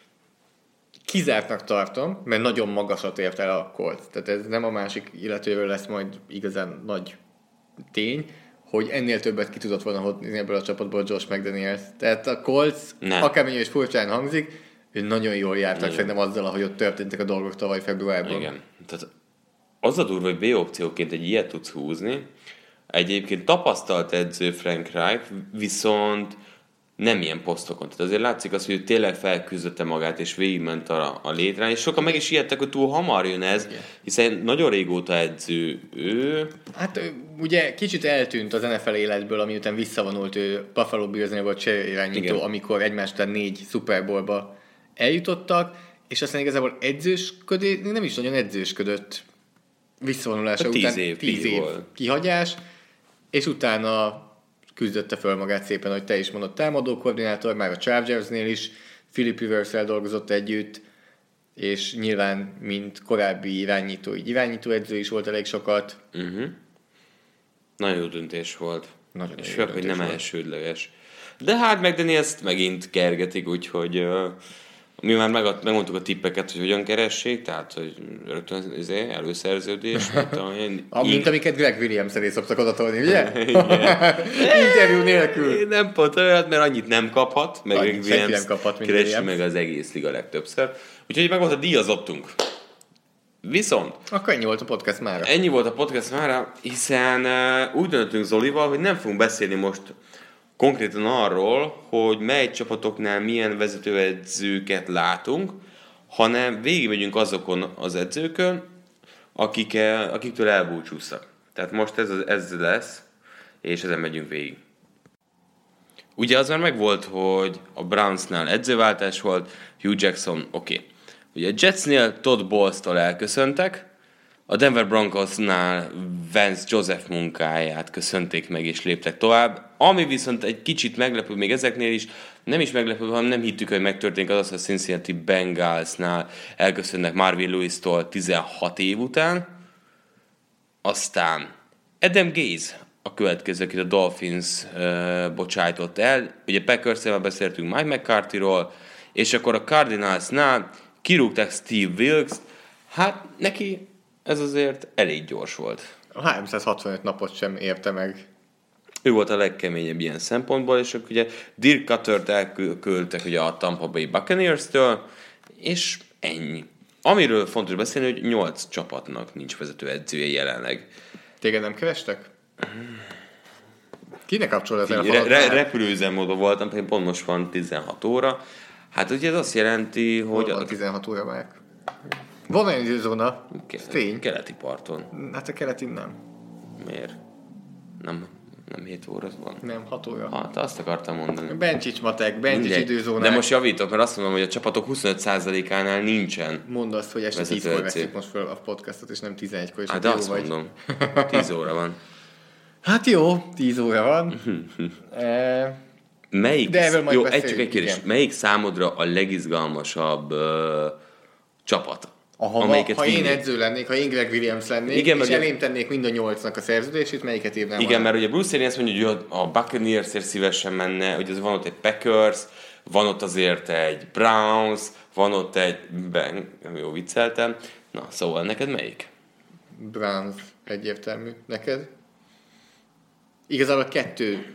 Kizártnak tartom, mert nagyon magasat ért el a Colts. Tehát ez nem a másik illetőről lesz majd igazán nagy tény, hogy ennél többet ki tudott volna hozni ebből a csapatból Josh McDaniels. Tehát a Colts, akármennyi is furcsán hangzik, ő nagyon jól jártak nagyon. Szerintem azzal, ahogy ott történtek a dolgok tavaly februárban. Igen. Tehát az a durva, hogy B-opcióként egy ilyet tudsz húzni. Egyébként tapasztalt edző Frank Reich, viszont nem ilyen posztokon. Tehát azért látszik az, hogy ő tényleg felküzdötte magát, és végigment a, a létrán, és sokan meg is ijedtek, hogy túl hamar jön ez, hiszen nagyon régóta edző ő. Hát ugye kicsit eltűnt az en ef el életből, ami után visszavonult, ő Buffalo Bills-nél volt cseréirányító, amikor egymást után négy Super Bowl-ba eljutottak, és aztán igazából edzősködés, nem is nagyon edzősködött visszavonulása tíz után. Év, tíz év kihagyás, és utána küzdötte föl magát szépen, hogy te is mondod, támadó koordinátor, már a Chargersnél is, Philip Rivers-el dolgozott együtt, és nyilván, mint korábbi irányító, így irányítóedző is volt elég sokat. Uh-huh. Nagyon jó döntés volt. Nagyon és főleg, hogy nem elsődleges. De hát McDaniels ezt megint kergetik, úgyhogy uh, mi már megad, megmondtuk a tippeket, hogy hogyan keressék, tehát, hogy rögtön izé, előszerződés. mint, amilyen, a, mint amiket Greg Williams elé szoktak odatolni, ugye? Interjú nélkül. Én nem pont olyat, mert annyit nem kaphat, meg Annyi, Greg Williams nem kaphat, mint keresi Williams. meg az egész liga legtöbbször. Úgyhogy meg volt a díjazottunk. Viszont akkor ennyi volt a podcast mára. Ennyi volt a podcast mára, hiszen uh, úgy döntöttünk Zolival, hogy nem fogunk beszélni most konkrétan arról, hogy mely csapatoknál milyen vezetőedzőket látunk, hanem végigmegyünk azokon az edzőkön, akik, akiktől elbúcsúztak. Tehát most ez, ez lesz, és ezen megyünk végig. Ugye az már megvolt, hogy a Brownsnál edzőváltás volt, Hugh Jackson, oké. Okay. Ugye a Jetsnél Todd Bowles-tól elköszöntek, a Denver Broncosnál Vance Joseph munkáját köszönték meg és léptek tovább. Ami viszont egy kicsit meglepő még ezeknél is, nem is meglepő, hanem nem hittük, hogy megtörténik az az, hogy a Cincinnati Bengalsnál elköszönnek Marvin Lewis-tól tizenhat év után. Aztán Adam Gase a következő, akit a Dolphins uh, bocsájtott el. Ugye Packers-nél beszéltünk Mike McCarthyról, és akkor a Cardinalsnál kirúgták Steve Wilkes. Hát neki ez azért elég gyors volt. A háromszázhatvanöt napot sem érte meg. Ő volt a legkeményebb ilyen szempontból, és akkor ugye Dirk Cuttert elküldtek ugye a Tampa Bay Buccaneers-től, és ennyi. Amiről fontos beszélni, hogy nyolc csapatnak nincs vezető edzője jelenleg. Téged nem kerestek? Kinek kapcsol ez el? Re- re- repülőüzemmódon voltam, pedig pont most van tizenhat óra. Hát ugye ez azt jelenti, hogy... Hol van tizenhat óra már? Van egy időzóna. Ke- keleti parton. Hát a keleti nem. Miért? Nem, nem hét óra van? Nem, hat óra. Hát azt akartam mondani. Bencsics matek, Bencsics időzónák. De most javítok, mert azt mondom, hogy a csapatok huszonöt százalékánál nincsen. Mondd azt, hogy este tízkor veszik most fel a podcastot, és nem tizenegykor. És hát de azt vagy. Mondom, tíz óra van. Hát jó, tíz óra van. e... Melyik, de erről majd jó, beszéljük, egy csak egy kérdés. igen. Melyik számodra a legizgalmasabb uh, csapat? Aha, ha én edző lennék, ha én Greg Williams lennék, igen, és elém tennék mind a nyolcnak a szerződését, melyiket írnám? Igen, alá? Mert ugye Bruce Arians mondja, hogy a Buccaneersért szívesen menne, hogy az van ott egy Packers, van ott azért egy Browns, van ott egy... Ben, jó, vicceltem. Na, szóval neked melyik? Browns egyértelmű. Neked? Igazából kettő...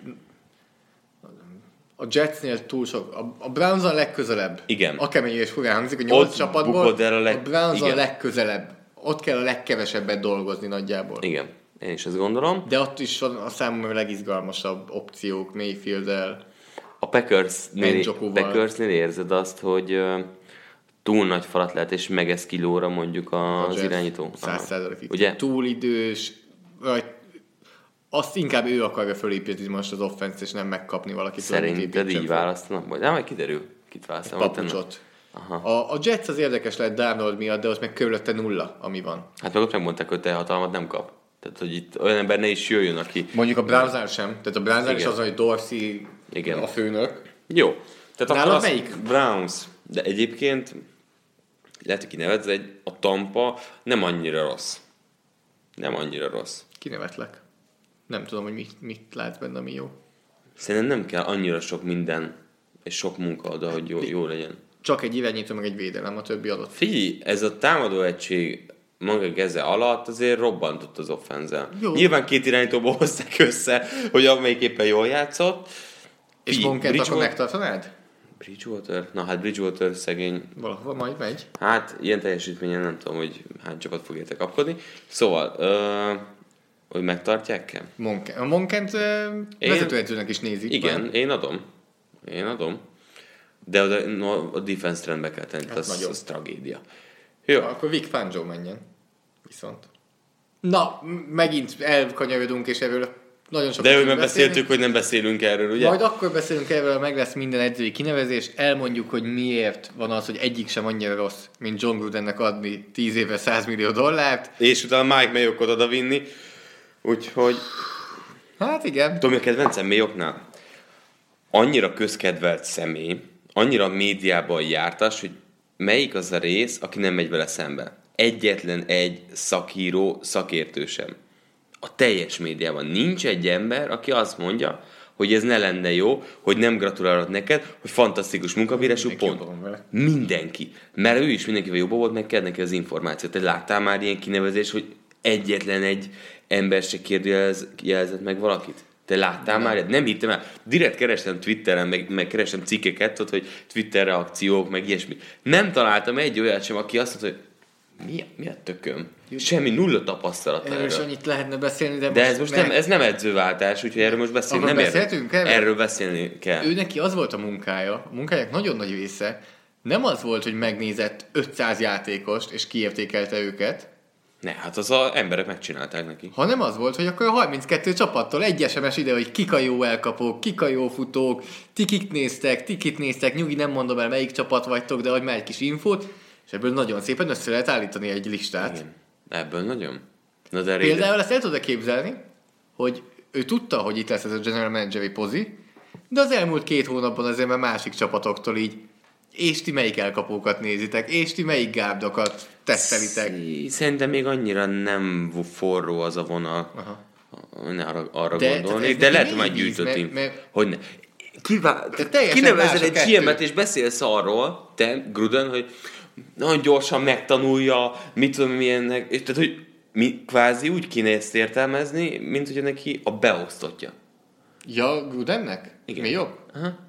A Jetsnél túl sok. A, a Browns a legközelebb. Igen. Akármennyire is furán hangzik, a nyolc csapatból a, leg... a Browns igen. a legközelebb. Ott kell a legkevesebbet dolgozni nagyjából. Igen, én is ezt gondolom. De ott is van a számomra a legizgalmasabb opciók Mayfield-el. A Packersnél, Packersnél érzed azt, hogy uh, túl nagy falat lehet, és megesz kilóra mondjuk az irányító. száz százalékig. Ugye? Túl idős, vagy azt inkább ő akarja fölépíteni most az offense-t, és nem megkapni valakit. Szerinted így választanak? Majd, de majd kiderül, kit választanak. Papucsot. A, a Jets az érdekes lehet Darnold miatt, de ott meg körülötte nulla, ami van. Hát meg ott megmondták, hogy teljhatalmat nem kap. Tehát, hogy itt olyan ember ne is jöjjön, aki... Mondjuk a Brownsnál sem. Tehát a Brownsnál is az, hogy Dorsey Igen. a főnök. Jó. Tehát Nálad akkor melyik? Browns. De egyébként lehet, hogy kinevetsz, egy a Tampa nem annyira rossz. Nem annyira rossz. Kinevetlek. Nem tudom, hogy mit, mit látsz benne, ami jó. Szerintem nem kell annyira sok minden és sok munka oda, hogy jó, jó legyen. Csak egy irányító, meg egy védelem, a többi adott. Figyelj, ez a támadó egység maga keze alatt azért robbantott az offenzel. Nyilván két irányítóból hozták össze, hogy amelyik éppen jól játszott. És Monkent akkor megtartanád? Bridgewater? Na hát Bridgewater szegény. Valahol majd megy. Hát ilyen teljesítményen nem tudom, hogy hány csapat fog érte kapkodni. Szóval, ö, hogy megtartják-e? Monkent. A Monkent vezetőedzőnek is nézik. Igen, már. én adom. Én adom. De a, a defense trendbe kell tenni, hát az, az tragédia. Jó. Na, akkor Vic Fangio menjen. Viszont. Na, megint elkanyarodunk, és ebből nagyon sokat De őben beszéltük, hogy nem beszélünk erről, ugye? Majd akkor beszélünk erről, meg lesz minden edzői kinevezés, elmondjuk, hogy miért van az, hogy egyik sem annyira rossz, mint John Grudennek adni tíz éve száz millió dollárt. És utána Mike Mayokot oda vinni. Úgyhogy... Hát igen. Tudom, mi a kedvencem Mayoknál? Annyira közkedvelt személy, annyira médiában jártas, hogy melyik az a rész, aki nem megy vele szembe. Egyetlen egy szakíró, szakértő sem. A teljes médiában nincs egy ember, aki azt mondja, hogy ez ne lenne jó, hogy nem gratulálok neked, hogy fantasztikus munkabírású, pont. Mindenki. Mert ő is mindenkivel jobban volt, meg kell neki az információt. Te láttál már ilyen kinevezés, hogy egyetlen egy ember se kérdőjelezett meg valakit? Te láttál nem. már? Nem hittem el. Direkt kerestem Twitteren, meg, meg kerestem cikkeket, ott, hogy Twitter reakciók, meg ilyesmi. Nem találtam egy olyat sem, aki azt mondta, hogy mi, mi a tököm? Semmi, nulla tapasztalat erről. Erről is annyit lehetne beszélni, de, de most ez most meg... nem, ez nem edzőváltás, úgyhogy erről most beszélni nem beszéltünk erről, erről beszélni kell. Ő neki az volt a munkája, a munkájának nagyon nagy része, nem az volt, hogy megnézett ötszáz játékost, és kiértékelte őket. Ne, hát az a emberek megcsinálták neki. Hanem az volt, hogy akkor a harminckettő csapattól egy es em es ide, hogy kik a jó elkapók, kik a jó futók, ti kit néztek, ti kit néztek, nyugi, nem mondom el, melyik csapat vagytok, de adj már egy kis infót, és ebből nagyon szépen össze lehet állítani egy listát. Igen. Ebből nagyon. Na de például ezt el tudod képzelni, hogy ő tudta, hogy itt lesz ez a general manageri pozi, de az elmúlt két hónapban azért már másik csapatoktól így, és ti melyik elkapókat nézitek, és ti melyik gábdokat tesztelitek. Szerintem még annyira nem forró az a vonal. Aha. Ne arra, arra de, gondolnék, de lehet, hogy már gyűjtöttünk. Hogy ne. Kivá... Kinevezed egy gé em-et és beszélsz arról, te, Gruden, hogy nagyon gyorsan megtanulja, mit tudom, milyennek, és tehát, hogy mi kvázi úgy kéne ezt értelmezni, mint hogy neki a beosztottja. Ja, Grudennek? Igen. Mi jobb? Aha.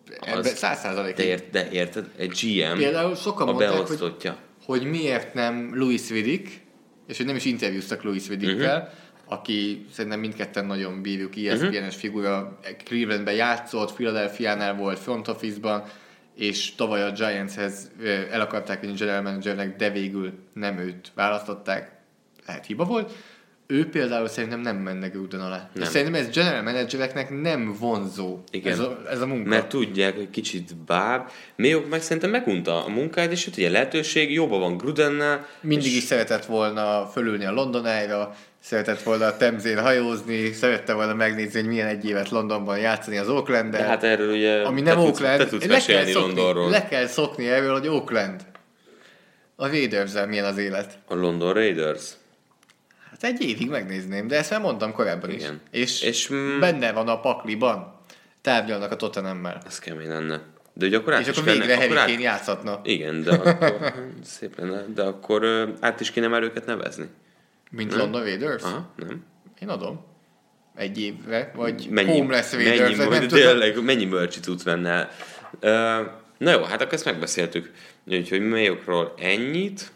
Száz százalékig. De, ért, de érted, egy gé em például sokan a mondták, beosztottja. Hogy, hogy miért nem Louis Riddick, és hogy nem is interjúztak Louis Riddickkel, uh-huh. aki szerintem mindketten nagyon bírjuk, i es pé en-es uh-huh. figura, Clevelandben játszott, Philadelphiánál volt front office-ban, és tavaly a Giantshez el akarták vinni general managernek, de végül nem őt választották. Lehet hiba volt. Ő például szerintem nem menne Gruden alá. És szerintem ez general managereknek nem vonzó. Igen. Ez a, ez a munka. Mert tudják, hogy kicsit báb. Mayok meg szerintem megunta a munkáját, és hogy a lehetőség jobban van Grudennel. Mindig és... is szeretett volna fölülni a London Eye-ra, szeretett volna a Temzén hajózni, szerette volna megnézni, hogy milyen egy évet Londonban játszani az Oakland-del. De hát erről ugye ami nem te Oakland, tudsz, te tudsz mesélni Londonról. Le kell szokni erről, hogy Oakland. A Raiders-el milyen az élet. A London Raiders. Hát egy évig megnézném, de ezt már mondtam korábban is. Igen. És, és mm, benne van a pakliban. Tárgyalnak a Tottenhammel. Ez kemény lenne. De ugye akkor át és is akkor végre kellene, Harry akkor Kane át... játszhatna. Igen, de akkor szép lenne. De akkor át is kéne már őket nevezni. Mint nem? London Raiders? Aha, nem. Én adom. Egy évre, vagy mennyi, Homeless Raiders. Mennyi, nem tényleg, mennyi merch tudsz benne? Uh, na jó, hát akkor ezt megbeszéltük. Úgyhogy Mayokról ennyit.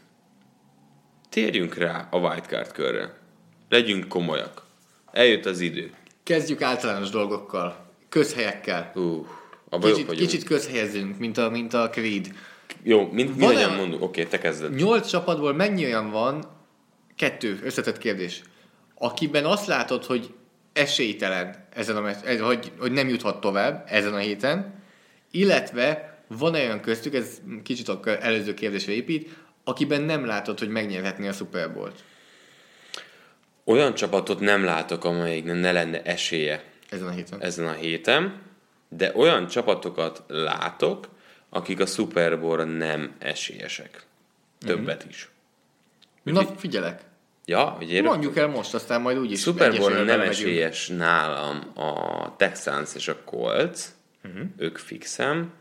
Térjünk rá a wildcard körre. Legyünk komolyak. Eljött az idő. Kezdjük általános dolgokkal. Közhelyekkel. Uh, kicsit, kicsit közhelyezzünk, mint a, mint a Creed. Jó, mint mi legyen mondjuk. Oké, te kezded. Nyolc csapatból mennyi olyan van, kettő, összetett kérdés, akiben azt látod, hogy esélytelen ezen a meccs, hogy, hogy nem juthat tovább ezen a héten, illetve van olyan köztük, ez kicsit a előző kérdésre épít, akiben nem látod, hogy megnyerhetné a Super Bowl-t? Olyan csapatot nem látok, amelyiknek ne lenne esélye ezen a héten. Ezen a héten, de olyan csapatokat látok, akik a Super Bowl-ra nem esélyesek. Többet is. Na, figyelek. Ja, hogy én mondjuk el most, aztán majd úgyis. Super Bowl-ra nem esélyes nálam a Texans és a Colts. Uh-huh. Ők fixem.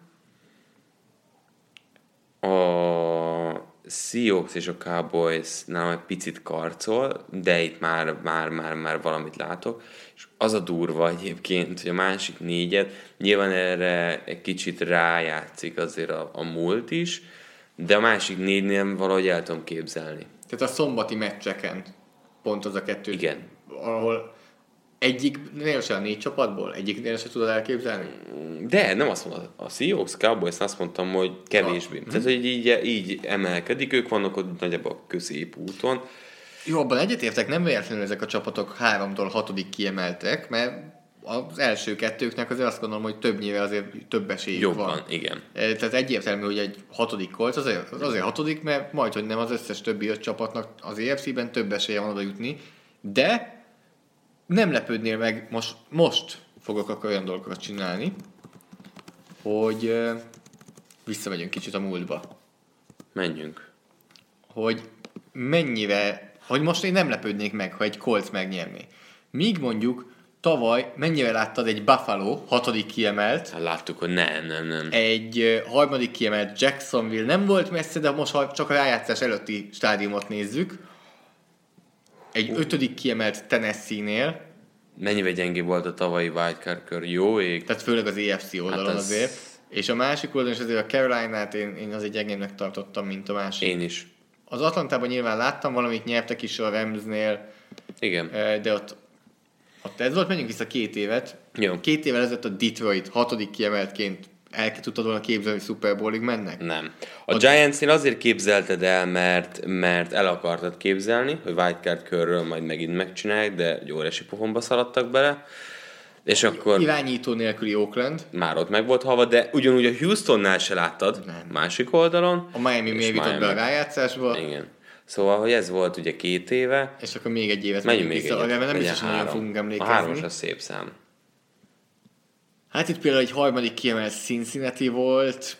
A Seahawks és a Cowboys nálam egy picit karcol, de itt már, már, már, már valamit látok. És az a durva egyébként, hogy a másik négyet, nyilván erre egy kicsit rájátszik azért a, a múlt is, de a másik négynél valahogy el tudom képzelni. Tehát a szombati meccseken pont az a kettő. Igen. Ahol egyiknél se a négy csapatból? Egyiknél se tudod elképzelni? De nem azt mondom, a Seahawks, Cowboys azt mondtam, hogy kevésbé. Ah. Tehát, hogy így, így emelkedik, ők vannak ott nagyjából a középúton. Jó, abban egyetértek, nem véletlenül ezek a csapatok háromtól hatodik kiemeltek, mert az első kettőknek azért azt gondolom, hogy többnyire azért több esélyük Jobban, van. Igen. Tehát egyértelmű, hogy egy hatodik Colts azért, azért hatodik, mert majd, hogy nem az összes többi öt csapatnak az á ef cé-ben több esélye van oda jutni, de nem lepődnél meg, most, most fogok akkor olyan dolgokat csinálni, hogy uh, visszamegyünk kicsit a múltba. Menjünk. Hogy mennyire, hogy most én nem lepődnék meg, ha egy Colts megnyerné. Míg mondjuk tavaly mennyire láttad egy Buffalo, hatodik kiemelt. Hát láttuk, hogy nem, nem, nem. Egy uh, harmadik kiemelt Jacksonville nem volt messze, de most ha csak a rájátszás előtti stádiumot nézzük. Egy uh. ötödik kiemelt Tennessee-nél. Mennyivel gyengébb volt a tavalyi wildcard kör, jó ég. Tehát főleg az á ef cé oldalon hát az... azért. És a másik oldalon is azért a Caroline-át én, én azért gyengébbnek tartottam, mint a másik. Én is. Az Atlantában nyilván láttam valamit, nyertek is a Ramsnél. Igen. De ott, ott ez volt, menjünk vissza két évet. Jó. Két évvel ezelőtt a Detroit hatodik kiemeltként el tudtad volna képzelni, hogy Super Bowlig mennek? Nem. A, a Giantsnél azért képzelted el, mert, mert el akartad képzelni, hogy wildcard körről majd megint megcsinálják, de egy óriási pofonba szaladtak bele. És akkor... Irányító nélküli Oakland. Már ott meg volt halva, de ugyanúgy a Houstonnál se láttad, nem. Másik oldalon. A Miami még jutott be a rájátszásba. Igen. Szóval, hogy ez volt ugye két éve. És akkor még egy évet menjünk még vissza, arra, mert nem biztos, hogy nagyon fogunk emlékezni. A hármas a szép szám. Hát itt például egy harmadik kiemelt Cincinnati volt.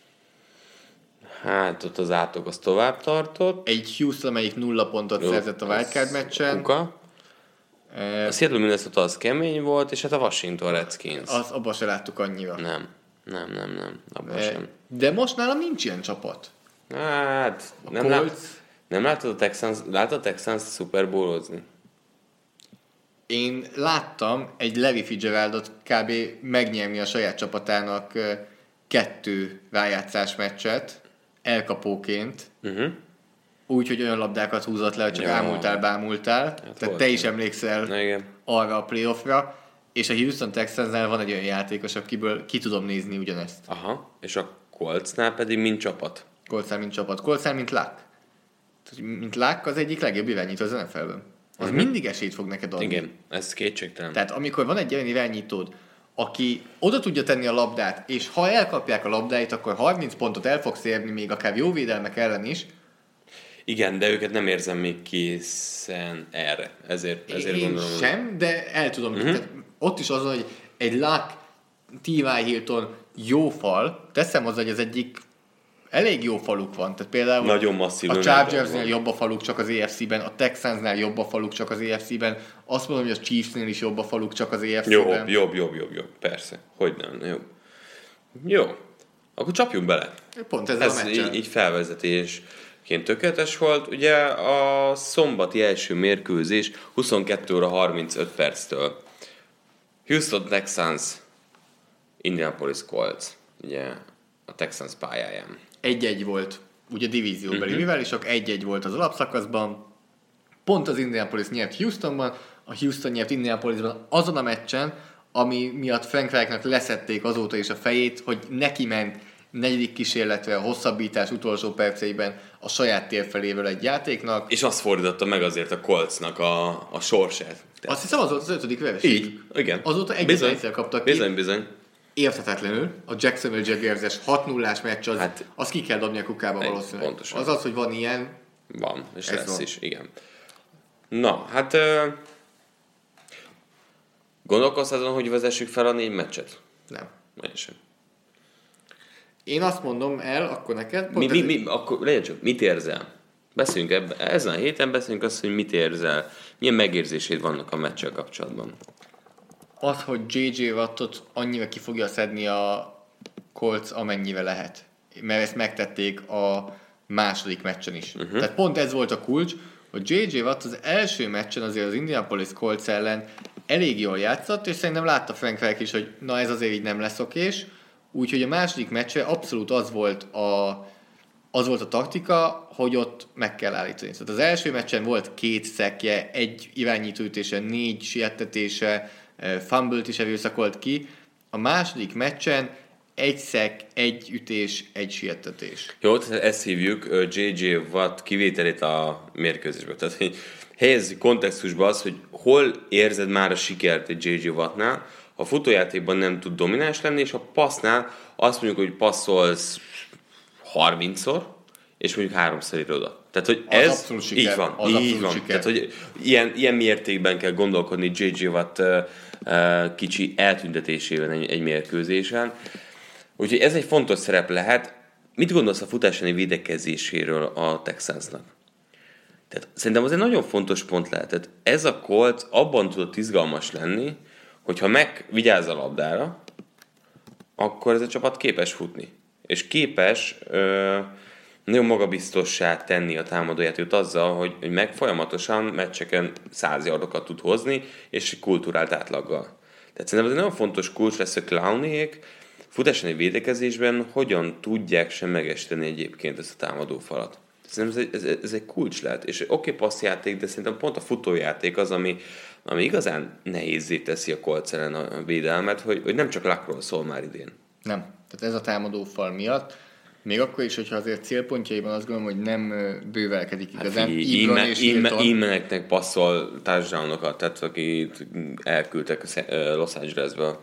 Hát ott az átok az tovább tartott. Egy Houston, amelyik nulla pontot Jó, szerzett a wildcard meccsen. Kuka. E... A Seattle Minnesota az kemény volt, és hát a Washington Redskins. Az, abban se láttuk annyira. Nem, nem, nem, nem. Abban e... sem. De most nálam nincs ilyen csapat. Hát, a nem, lát... nem látod a Texans, látod a Texans Super Bowl-ozni? Én láttam egy Levi Fitzgeraldot kb. Megnyerni a saját csapatának kettő rájátszás meccset, elkapóként, uh-huh. úgy, hogy olyan labdákat húzott le, hogy csak ja. ámultál, bámultál. Hát Tehát volt. Te is emlékszel Na, igen. arra a playoffra, és a Houston Texansnál van egy olyan játékos, akiből ki tudom nézni ugyanezt. Aha, és a Coltsnál pedig mint csapat? Coltsnál mint csapat. Coltsnál mint Luck. Mint Luck az egyik legjobb irányító az en ef el-ben. Az uh-huh. mindig esélyt fog neked adni. Igen, ez kétségtelen. Tehát amikor van egy olyan irányítód, aki oda tudja tenni a labdát, és ha elkapják a labdáit, akkor harminc pontot el fogsz érni, még akár jó védelmek ellen is. Igen, de őket nem érzem még készen erre. Ezért, ezért Én gondolom, sem, hogy... de el tudom. Uh-huh. Tehát ott is az, hogy egy Luck, té vá. Hilton jó fal, teszem hozzá, hogy az egyik elég jó faluk van. Tehát például nagyon masszív, a Chargersnél jobb a faluk csak az á ef cé-ben, a Texansnál jobb a faluk csak az á ef cé-ben, azt mondom, hogy a Chiefsnél is jobb a faluk csak az á ef cé-ben. Jobb, jobb, jobb, jobb, jobb. Persze. Hogy nem, jobb. Jó. Akkor csapjunk bele. Pont ez, ez a így, így felvezetésként tökéletes volt. Ugye a szombati első mérkőzés huszonkettő óra harmincöt perctől. Houston Texans, Indianapolis Colts. Ugye a Texans pályáján. egy-egy volt, ugye divízióbeli uh-huh. riválisok, egy-egy volt az alapszakaszban, pont az Indianapolis nyert Houstonban, a Houston nyert Indianapolisban azon a meccsen, ami miatt Frank Reichnak leszették azóta is a fejét, hogy neki ment negyedik kísérletre a hosszabbítás utolsó perceiben a saját térfelével egy játéknak. És azt fordította meg azért a Coltsnak a, a sorsát. Azt hiszem az volt az ötödik vereség. Így, igen. Azóta egyetlen egyszer kaptak ki. Bizony, bizony. érthetetlenül. A Jacksonville Jaguars-es hat nullás meccs, az, hát, az ki kell dobni a kukába valószínűleg. Pontosan. Az az, hogy van ilyen. Van, és lesz van. Is, igen. Na, hát uh, gondolkozz azon, hogy vezessük fel a négy meccset? Nem. Én sem. Én azt mondom el, akkor neked... Mi, mi, mi, akkor legyen csak, mit érzel? Beszéljünk ebben, ezen a héten beszéljünk azt, hogy mit érzel, milyen megérzéséd vannak a meccsel kapcsolatban. Az, hogy jé jé Wattot annyira ki fogja szedni a Colts, amennyivel lehet. Mert ezt megtették a második meccsen is. Uh-huh. Tehát pont ez volt a kulcs, hogy jé jé Watt az első meccsen azért az Indianapolis Colts ellen elég jól játszott, és szerintem látta Frank Reich is, hogy na ez azért így nem lesz okés. Úgyhogy a második meccsen abszolút az volt a, az volt a taktika, hogy ott meg kell állítani. Szóval az első meccsen volt két szekje, egy irányítóütése, négy siettetése, fumble-t is erőszakolt ki. A második meccsen egy szek, egy ütés, egy siettetés. Jó, ezt hívjuk jé jé Watt kivételét a mérkőzésből. Tehát, hogy helyezzük kontextusba az, hogy hol érzed már a sikert egy jé jé Wattnál, ha a futójátékban nem tud domináns lenni, és a passznál azt mondjuk, hogy passzolsz harmincszor, és mondjuk háromszor ír oda. Tehát, hogy az ez abszolút siker. Így van. Az így van. Tehát, hogy ilyen, ilyen mértékben kell gondolkodni jé jé Watt uh, uh, kicsi eltüntetésében egy, egy mérkőzésen. Úgyhogy ez egy fontos szerep lehet. Mit gondolsz a futásani védekezéséről a Texansnak? Tehát szerintem az egy nagyon fontos pont lehet. Tehát ez a Colts abban tudott izgalmas lenni, hogyha megvigyáz a labdára, akkor ez a csapat képes futni. És képes ö, nagyon magabiztossá tenni a támadójátékot azzal, hogy, hogy meg folyamatosan meccseken száz yardokat tud hozni, és kulturált átlaggal. Tehát szerintem ez egy nagyon fontos kulcs lesz a Clownék, futásani védekezésben hogyan tudják semlegesteni egyébként ezt a támadófalat. Szerintem ez egy, ez, ez egy kulcs lehet. És oké, okay, passzjáték, de szerintem pont a futójáték az, ami, ami igazán nehézzé teszi a Colts ellen a védelmet, hogy, hogy nem csak Luckról szól már idén. Nem. Tehát ez a támadófal miatt, még akkor is, hogyha azért célpontjaiban azt gondolom, hogy nem bővelkedik igazán. Hát Ebron és Hilton. Imeneknek passzol touchdownokat, tehát akit elküldtek Los Angelesből.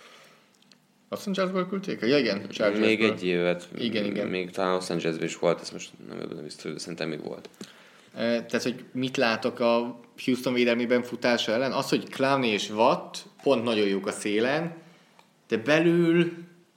Los Angelesből küldték? Ja, igen. Még egy évet. Igen, igen. Még talán Los Angelesből is volt, ez most nem biztos, de szerintem még volt. Tehát, hogy mit látok a Houston védelmében futása ellen? Az, hogy Clowney és Watt pont nagyon jók a szélen, de belül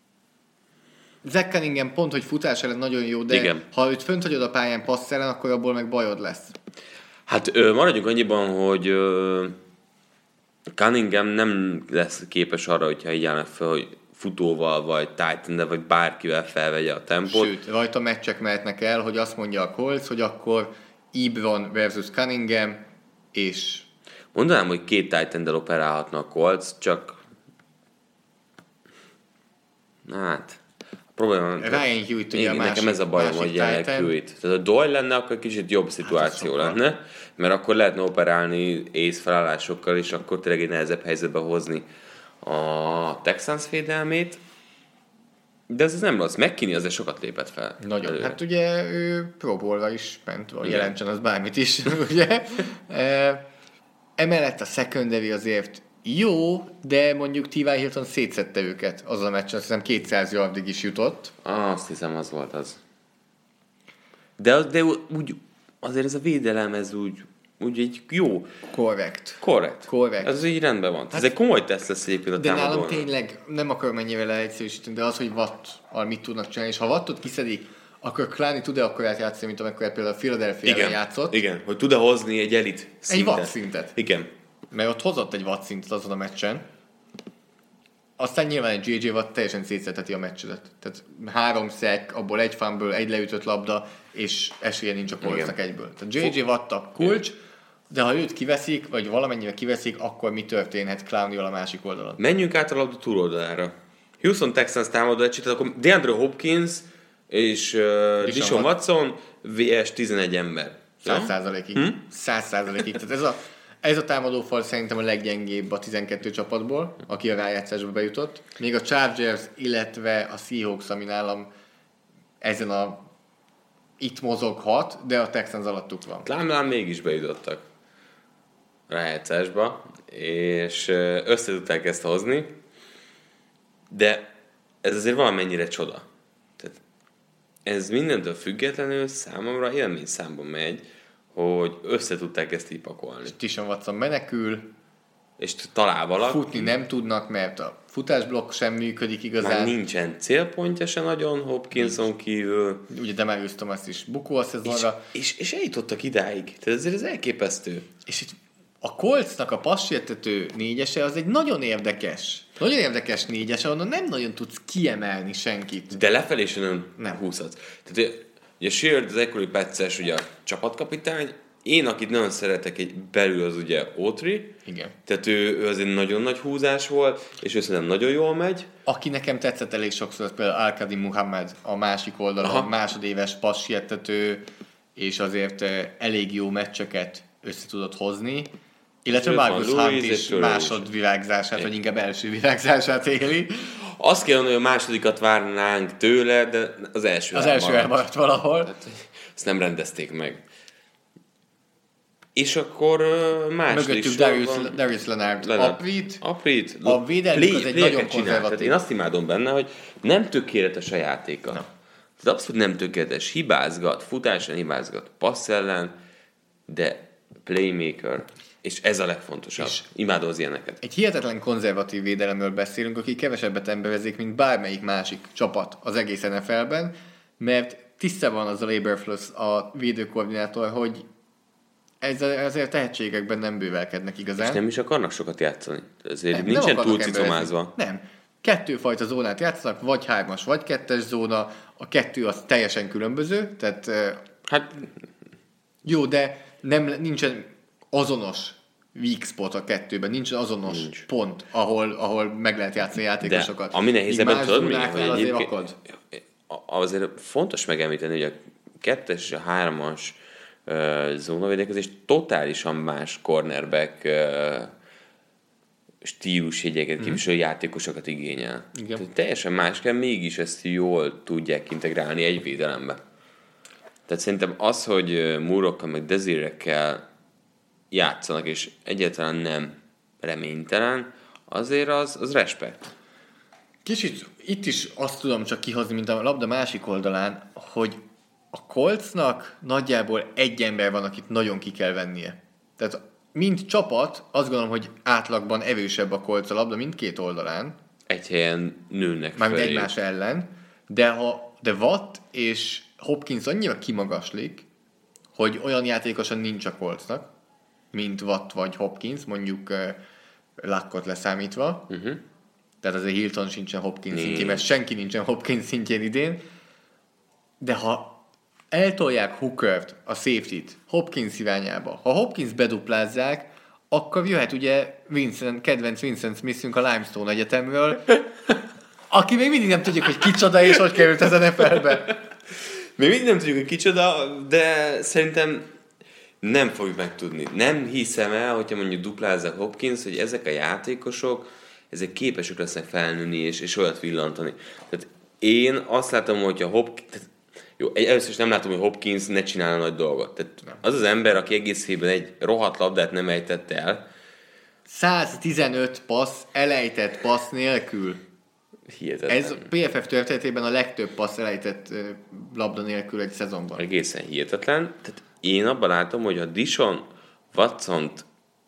Zach Cunningham pont, hogy futás ellen nagyon jó, de igen. Ha őt fönt hagyod a pályán passz ellen, akkor abból meg bajod lesz. Hát ö, maradjunk annyiban, hogy ö, Cunningham nem lesz képes arra, hogyha így állnak fel, hogy futóval, vagy tight-endel, vagy bárkivel felvegye a tempót. Sőt, rajta meccsek mehetnek el, hogy azt mondja a Colts, hogy akkor Ebron versus Cunningham, és... Mondanám, hogy két tight-endel operálhatna a Colts, csak... Hát... Probléma, Ryan Hewitt ugye a másik, nekem ez a bajom, hogy jelenleg Hewitt. Tehát ha Doyle lenne, akkor kicsit jobb szituáció hát lenne, mert akkor lehetne operálni ész felállásokkal, és akkor tényleg egy nehezebb helyzetbe hozni a Texans védelmét. De ez nem rossz. McKinney azért sokat lépett fel. Nagyon. Előre. Hát ugye ő Pro Bowl-ra is ment, jelentsen az bármit is, ugye. e, emellett a secondary azért jó, de mondjuk T Y. Hilton szétszette őket az a meccsen, azt hiszem kétszáz yardig is jutott. Ah, azt hiszem, az volt az. De, de úgy, azért ez a védelem, ez úgy, úgy egy jó. Korrekt. Korrekt. Korrekt. Ez így rendben van. Hát, ez egy komoly teszt lesz egyébként a de támadónak. De nálam tényleg nem akarom mennyire leegyszerűsíteni, de az, hogy Watt-al mit tudnak csinálni, és ha Wattot kiszedik, akkor Clowney tud-e akkor játszani, mint amikor például a Philadelphia-ellen játszott. Igen, hogy tud-e hozni egy elit szintet. Egy Watt szintet. Igen. Mert ott hozott egy Watt szintet azon a meccsen. Aztán nyilván egy jé jé Watt teljesen szétszetheti a meccsedet. Tehát három szek, abból egy fumble, egy leütött labda, és esélye nincs a Coltsnak egyből. Tehát jé jé Watt a kulcs, igen. De ha őt kiveszik, vagy valamennyire kiveszik, akkor mi történhet Clowney-val a másik oldalon? Menjünk át a labda túloldalára. Houston Texans támadó egység, tehát akkor DeAndre Hopkins és uh, Deshaun Watson versus tizenegy ember. Száz százalékig. Hm? Száz százalékig. Tehát ez a Ez a támadófal szerintem a leggyengébb a tizenkettő csapatból, aki a rájátszásba bejutott. Még a Chargers, illetve a Seahawks, ami nálam ezen a itt mozoghat, de a Texans alattuk van. Lám-lám mégis bejutottak rájátszásba, és össze tudták ezt hozni. De ez azért valamennyire csoda. Tehát ez mindentől függetlenül számomra élmény számban megy, hogy össze tudták ezt így pakolni. És Deshaun Watson menekül, és talál valaki. Futni nem tudnak, mert a futásblokk sem működik igazán. Már nincsen célpontja se nagyon Hopkinson kívül. Ugye Demaryius Thomas is bukó a szezonra. És, és, és eljutottak idáig. Tehát ezért ez elképesztő. És itt a Coltsnak a passértető négyese az egy nagyon érdekes. Nagyon érdekes négyese, ahonnan nem nagyon tudsz kiemelni senkit. De lefelé sem nem húzhatsz. Tehát ugye Sheard, az egykori Petses, ugye a csapatkapitány, én, akit nagyon szeretek egy belül, az ugye Autry. Igen. Tehát ő, ő az egy nagyon nagy húzás volt, és ő szerintem nagyon jól megy. Aki nekem tetszett elég sokszor, az például Arkady Muhammad a másik oldalon, Aha. másodéves passiettető, és azért elég jó meccseket össze tudott hozni. Illetve Marcus Hunt is másodvirágzását, vagy inkább első virágzását éli. Azt kell mondani, hogy a másodikat várnánk tőle, de az első Az első elmaradt valahol. Tehát, ezt nem rendezték meg. És akkor második mögöttük Darius, Darius Leonard, Leonard. Aprit. Aprit. A védelmük az egy nagyon konzervatív. Én azt imádom benne, hogy nem tökéletes a játéka. No. Ez abszolút nem tökéletes. Hibázgat, futáson hibázgat, passz ellen, de playmaker. És ez a legfontosabb. És imádom az ilyeneket. Egy hihetetlen konzervatív védelemről beszélünk, akik kevesebbet emberezik, mint bármelyik másik csapat az egész en ef el-ben, mert tiszta van az a Laberfluss, a védőkoordinátor, hogy ezért tehetségekben nem bővelkednek igazán. És nem is akarnak sokat játszani. Ezért nem, nincsen túl cicomázva. Nem. Kettőfajta zónát játszanak, vagy hármas, vagy kettes zóna. A kettő az teljesen különböző, tehát hát jó, de nem, nincsen azonos weak spot a kettőben, nincsen azonos Nincs. pont, ahol, ahol meg lehet játszani játékosokat. De ami nehézebben tudod mi, hogy azért akad. Azért fontos megemlíteni, hogy a kettes és a hármas uh, zónavédekezés totálisan más cornerback uh, stílusjegyeket képviselő mm. játékosokat igényel. Tehát teljesen más kell, mégis ezt jól tudják integrálni egy védelembe. Tehát szerintem az, hogy Mooreokkal meg Desirekkel játszanak, és egyáltalán nem reménytelen, azért az, az respekt. Kicsit itt is azt tudom csak kihozni, mint a labda másik oldalán, hogy a Coltsnak nagyjából egy ember van, akit nagyon ki kell vennie. Tehát mint csapat, azt gondolom, hogy átlagban erősebb a Colts a labda mindkét oldalán. Egy helyen nőnek felé. Mármint egymás ellen. De, ha, de Watt és Hopkins annyira kimagaslik, hogy olyan játékosan nincs a Coltsnak, mint Watt vagy Hopkins, mondjuk uh, Luckot leszámítva. Uh-huh. Tehát azért Hilton sincsen Hopkins szintjén, mert senki nincsen Hopkins szintjén idén. De ha eltolják Hookert, a safety-t, Hopkins irányába, ha Hopkins beduplázzák, akkor jöhet ugye Vincent, kedvenc Vincent Smithünk a Limestone Egyetemről, aki még mindig nem tudjuk, hogy kicsoda és hogy került az en ef el-be. Még mindig nem tudjuk, hogy kicsoda, de szerintem nem fogjuk megtudni. Nem hiszem el, hogyha mondjuk duplázzák Hopkins, hogy ezek a játékosok, ezek képesek lesznek felnőni és, és olyat villantani. Tehát én azt látom, hogyha Hopkins... Jó, először is nem látom, hogy Hopkins ne csinálna nagy dolgot. Tehát az az ember, aki egész évben egy rohadt labdát nem ejtett el. száztizenöt passz elejtett passz nélkül. Hihetetlen. Ez pé ef ef történetében a legtöbb passz elejtett labda nélkül egy szezonban. Egészen hihetetlen. Tehát én abban látom, hogy a Deshaun Watsont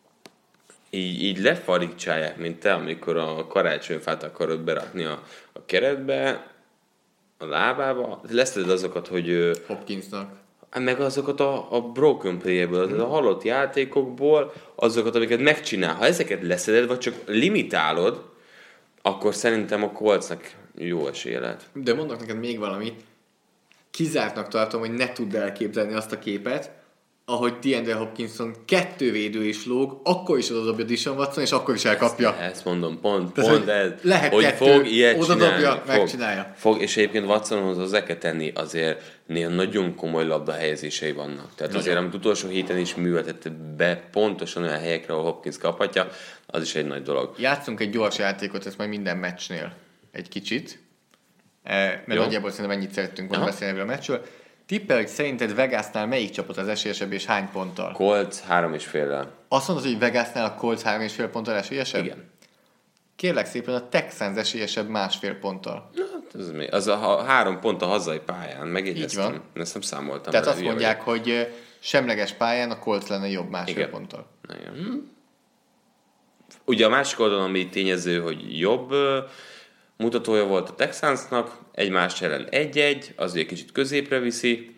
így, így lefarigcsálják, mint te, amikor a karácsonyfát akarod berakni a, a keretbe, a lábába, leszed azokat, hogy... Hopkinsnak. Meg azokat a, a broken play-ből, mm. a halott játékokból, azokat, amiket megcsinál. Ha ezeket leszeded, vagy csak limitálod, akkor szerintem a Coltsnak jó esélye lehet. De mondok neked még valamit. Kizártnak tartom, hogy ne tudd elképzelni azt a képet, ahogy DeAndre Hopkinson kettő védő is lóg, akkor is odadobja Deshaun Watson, és akkor is elkapja. Ezt, ezt mondom, pont, Tehát, pont ez. Lehet hogy kettő, fog ilyet odadobja, csinálni, megcsinálja. Fog, fog, és egyébként Watsonhoz hozzá kell tenni, azért néha nagyon komoly labda helyezései vannak. Tehát nagyon. Azért, amit utolsó héten is műveltette be pontosan olyan helyekre, ahol Hopkins kaphatja, az is egy nagy dolog. Játszunk egy gyors játékot, ezt majd minden meccsnél egy kicsit, mert Jó. nagyjából szerintem ennyit szerettünk volna beszélni erről a meccsről. Tippel, hogy szerinted Vegasnál melyik csapat az esélyesebb és hány ponttal? Colts három és féllel. Azt mondod, hogy Vegasnál a Colts három és fél ponttal esélyesebb? Igen. kérlek szépen a Texans esélyesebb másfél ponttal. Hát az, mi? az a három pont a hazai pályán, megjegyeztem. Ezt nem számoltam. Tehát azt mondják, vagyok. hogy semleges pályán a Colts lenne jobb másfél Igen. ponttal. Igen. Hm. Ugye a másik oldalon, ami tényező, hogy jobb mutatója volt a Texansnak, egymás ellen egy-egy, az ugye kicsit középre viszi.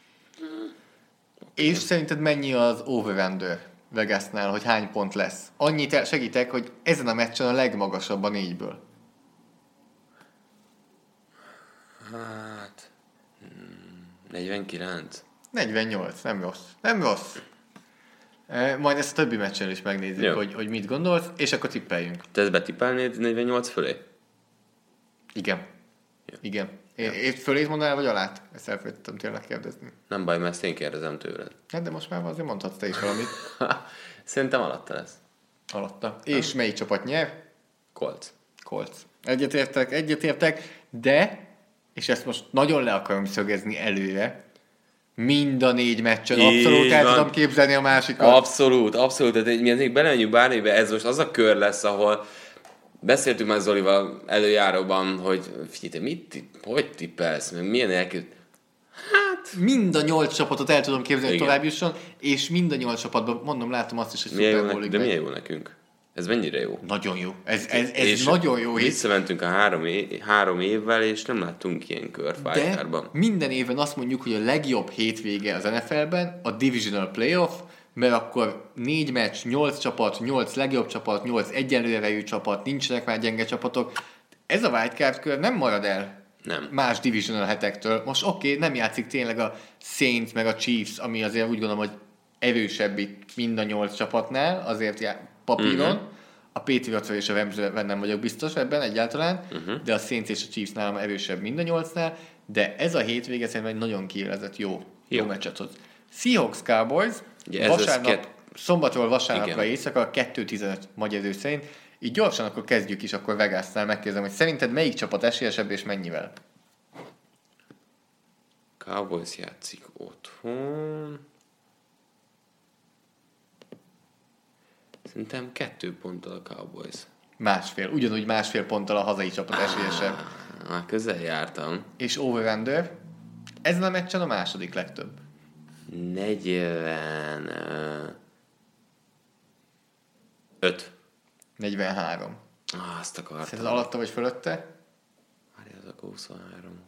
És szerinted mennyi az over-under Vegasnál, hogy hány pont lesz? Annyit segítek, hogy ezen a meccsen a legmagasabb a négyből. Hát... negyvenkilenc. negyvennyolc, nem rossz. Nem rossz. E, majd ezt a többi meccsen is megnézzük, hogy, hogy mit gondolsz, és akkor tippeljünk. Te ezt betippelnéd negyvennyolc fölé? Igen. Ja. Igen. Ja. Én fölét mondanál, vagy alát? Ezt elfelejtettem tényleg kérdezni. Nem baj, mert ezt én kérdezem tőled. Hát de most már azért mondhatsz te is valamit. Szerintem alatta lesz. Alatta. És melyik csapat nyer? Colts. Colts. Egyetértek, egyetértek, de, és ezt most nagyon le akarom szögezni előre, mind a négy meccsen abszolút el tudom képzelni a másikat. Abszolút, abszolút. Tehát mi még belemegyünk bármibe, ez most az a kör lesz, ahol beszéltünk már Zolival előjáróban, hogy figyelj, mit tipp, hogy tippelsz, meg milyen elképzelés. Hát, mind a nyolc csapatot el tudom képzelni, hogy tovább jusson, és mind a nyolc csapatban, mondom, látom azt is, hogy Super Bowl-ig. De milyen jó nekünk? Ez mennyire jó? Nagyon jó. Ez, ez, ez nagyon jó. Visszamentünk a három, é- három évvel, és nem láttunk ilyen kört Wildcardban. De minden évben azt mondjuk, hogy a legjobb hétvége az en ef el-ben a Divisional Playoff, mert akkor négy meccs, nyolc csapat, nyolc legjobb csapat, nyolc egyenlő erejű csapat, nincsenek már gyenge csapatok. Ez a wildcard kör nem marad el nem. más divisional hetektől. Most oké, okay, nem játszik tényleg a Saints meg a Chiefs, ami azért úgy gondolom, hogy erősebb itt mind a nyolc csapatnál, azért já- papíron. Uh-huh. A Patriots és a Rams-ben nem vagyok biztos ebben egyáltalán, uh-huh. de a Saints és a Chiefs nálam erősebb mind a nyolcnál, de ez a hétvége szerintem egy nagyon kiélezett jó, jó. jó meccset hoz. Seahawks Cowboys, ja, vasárnap, kett... szombatról vasárnapra éjszaka, kettő tizenöt magyar idő szerint. Így gyorsan akkor kezdjük is, akkor Vegasnál megkérdezem, hogy szerinted melyik csapat esélyesebb és mennyivel? Cowboys játszik otthon. Szerintem kettő ponttal a Cowboys. Másfél. Ugyanúgy másfél ponttal a hazai csapat esélyesebb. Már közel jártam. És over-under? Ezen a meccsen a második legtöbb. negyven... öt. negyvenhárom. Ah, azt akartam. Szerinted alatta vagy fölötte? Várjál, az akkor huszonhárom.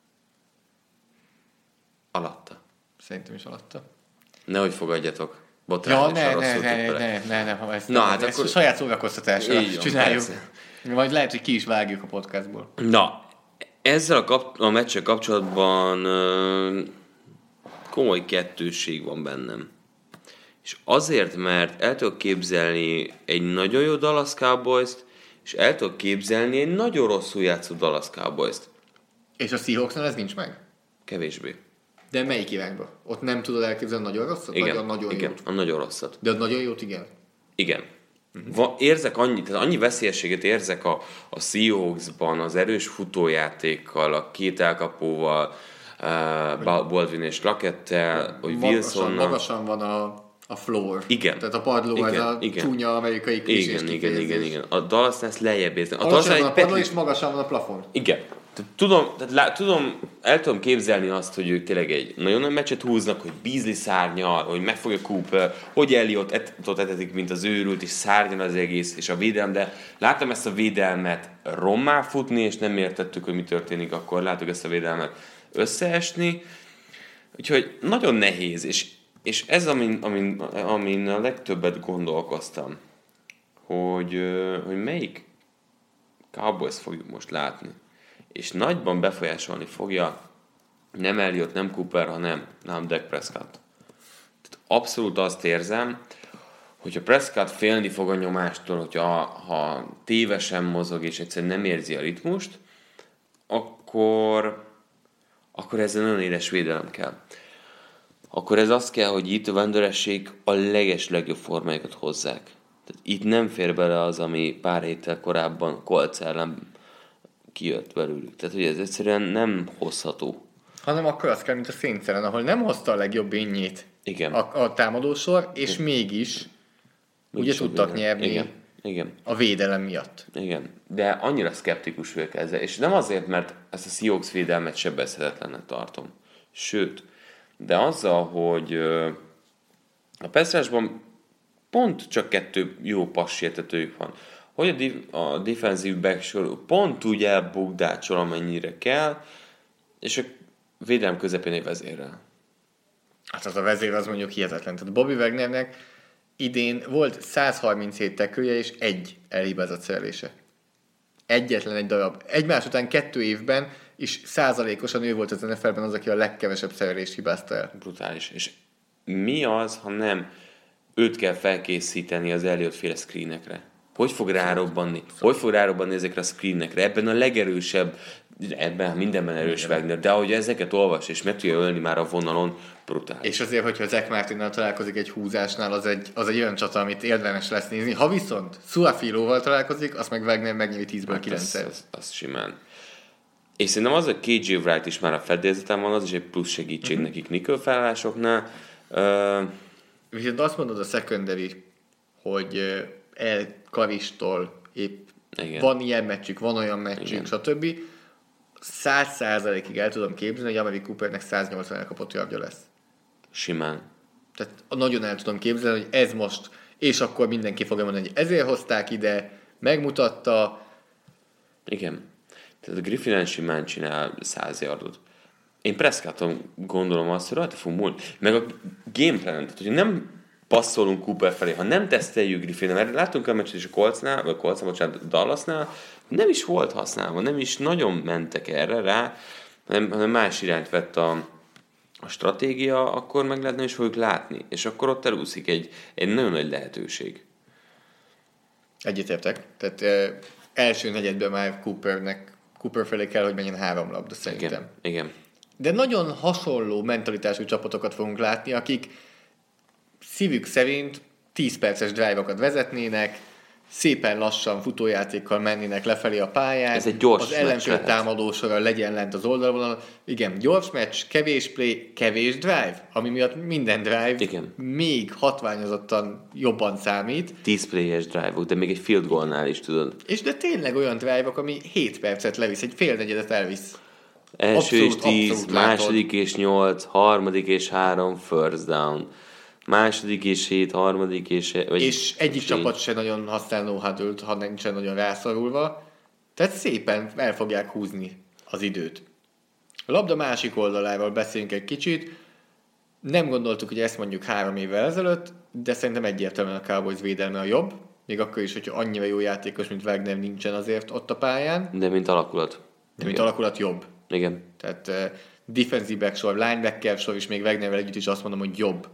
Alatta. Szerintem is alatta. Nehogy fogadjatok. Ja, ne, ne, ne, ne, ne, ne, ne, ha ezt, Na, ne, hát ezt akkor... saját szórakoztatásra Így csináljuk. Van, majd lehet, hogy ki is vágjuk a podcastból. Na, ezzel a, kap- a meccsel kapcsolatban uh, komoly kettősség van bennem. És azért, mert el tudok képzelni egy nagyon jó Dallas Cowboys-t, és el tudok képzelni egy nagyon rosszul játszó Dallas Cowboys-t. És a Seahawksnál ez nincs meg? Kevésbé. De melyik irányba? Ott nem tudod elképzelni a nagyon rosszat? Igen, vagy a nagyon igen, jót? a nagyon rosszat. De a nagyon jót igen? Igen. Uh-huh. Va, érzek annyi, tehát annyi veszélyességet érzek a, a Seahawksban, az erős futójátékkal, a két elkapóval, uh, Baldwin és Lackettel, hogy Wilsonnal. Magasan van a, a floor. Igen. Tehát a padló, igen, ez a igen. csúnya amerikai kis igen, igen, igen, igen. A Dallas ezt lejjebb érzni. A Alacsony van a padló, és magasan van a plafon. Igen. Tehát tudom, tehát lá, tudom, el tudom képzelni azt, hogy ők tényleg egy nagyon nagy meccset húznak, hogy Beasley szárnyal, hogy megfogja Cooper, hogy Elliot et, etetik, mint az őrült, és szárnyal az egész, és a védelem, de láttam ezt a védelmet rommá futni, és nem értettük, hogy mi történik akkor, látjuk ezt a védelmet összeesni, úgyhogy nagyon nehéz, és, és ez, amin, amin, amin a legtöbbet gondolkoztam, hogy, hogy melyik Cowboys fogjuk most látni. És nagyban befolyásolni fogja nem Elliot, nem Cooper, hanem nem Dak Prescott. Tehát abszolút azt érzem, hogyha Prescott félni fog a nyomástól, hogyha ha tévesen mozog és egyszerűen nem érzi a ritmust, akkor, akkor ezzel nagyon éles védelem kell. Akkor ez azt kell, hogy itt a vendőreség a leges legjobb formájukat hozzák. Tehát itt nem fér bele az, ami pár héttel korábban Colts ellen kijött belőlük. Tehát, hogy ez egyszerűen nem hozható. Hanem akkor az kell, mint a Saints ellen, ahol nem hozta a legjobb énjét Igen. A, a támadósor, és Igen. mégis Még ugye tudtak minden. nyerni Igen. Igen. A védelem miatt. Igen, de annyira szkeptikus vagyok ezzel, és nem azért, mert ezt a Seahawks védelmet sebezhetetlennek tartom. Sőt, de azzal, hogy a pass-rushban pont csak kettő jó passértetőjük van. Hogy a, dif- a defensive back sor pont úgy elbukdácsol, amennyire kell, és a védelem közepén egy vezérrel. Hát az a vezér az mondjuk hihetetlen. Tehát Bobby Wagnernek idén volt száz harminchét tekője és egy elhibázott szerelése. Egyetlen egy darab. Egymás után kettő évben is százalékosan ő volt az en ef el-ben az, aki a legkevesebb szerelést hibázta el. Brutális. És mi az, ha nem őt kell felkészíteni az Elliott-féle screenekre? Hogy fog rárobbanni? Hogy fog rárobbanni ezekre a screenekre? Ebben a legerősebb, ebben mindenben erős Wagner, de ahogy ezeket olvas, és meg tudja ölni már a vonalon, brutális. És azért, hogyha Zach Martinnal találkozik egy húzásnál, az egy, az egy olyan csata, amit érdemes lesz nézni. Ha viszont Suafilóval találkozik, azt meg Wagner megnyeri tízből kilencszer. Az, az, az simán. És szerintem az, hogy ká jé Wright is már a fedélzeten van, az is egy plusz segítség uh-huh. nekik nickel felállásoknál. Uh, Viszont azt mondod a secondary, hogy el Karistól épp igen. van ilyen meccsük, van olyan meccsük, igen. stb. száz százalékig el tudom képzelni, hogy Amari Coopernek száznyolcvan elkapott yardja lesz. Simán. Tehát nagyon el tudom képzelni, hogy ez most, és akkor mindenki fogja mondani, hogy ezért hozták ide, megmutatta. Igen. Tehát a Griffinen simán csinál száz yardot. Én Prescotton gondolom azt, hogy rajta fog múlni. Meg a gameplan, tehát hogy nem passzolunk Cooper felé, ha nem teszteljük Griffinen, mert láttunk a meccset is a Coltsnál, vagy Coltsnál, bocsánat, Dallasnál, nem is volt használva, nem is nagyon mentek erre rá, hanem, hanem más irányt vett a, a stratégia, akkor meg lehet nem is fogjuk látni. És akkor ott elúszik egy, egy nagyon nagy lehetőség. Egyetértek. Tehát eh, első negyedben már Coopernek, Cooper felé kell, hogy menjen három labda szerintem. Igen, igen. De nagyon hasonló mentalitású csapatokat fogunk látni, akik szívük szerint tíz perces drive-okat vezetnének, szépen lassan futójátékkal mennének lefelé a pályán. Ez egy gyors az ellenfél támadósora legyen lent az oldalvonal. Igen, gyors meccs, kevés play, kevés drive, ami miatt minden drive igen. még hatványozottan jobban számít. tíz playes drive-ok, de még egy field goalnál is tudod. És de tényleg olyan drive-ok, ami hét percet levisz, egy fél negyedet elvisz. Első abszolút, és tíz, második látod. És nyolc, harmadik és három, first down. Második és hét, harmadik és... Vagy és egyik csapat se nagyon használ no-huddle-t, ha nincsen nagyon rászorulva. Tehát szépen el fogják húzni az időt. A labda másik oldaláról beszéljünk egy kicsit. Nem gondoltuk, hogy ezt mondjuk három évvel ezelőtt, de szerintem egyértelműen a Cowboys védelme a jobb. Még akkor is, hogyha annyira jó játékos, mint Wagner nincsen azért ott a pályán. De mint alakulat. De mint alakulat jobb. Igen. Tehát uh, defensive back sor, linebacker sor, és még Wagnervel együtt is azt mondom, hogy jobb.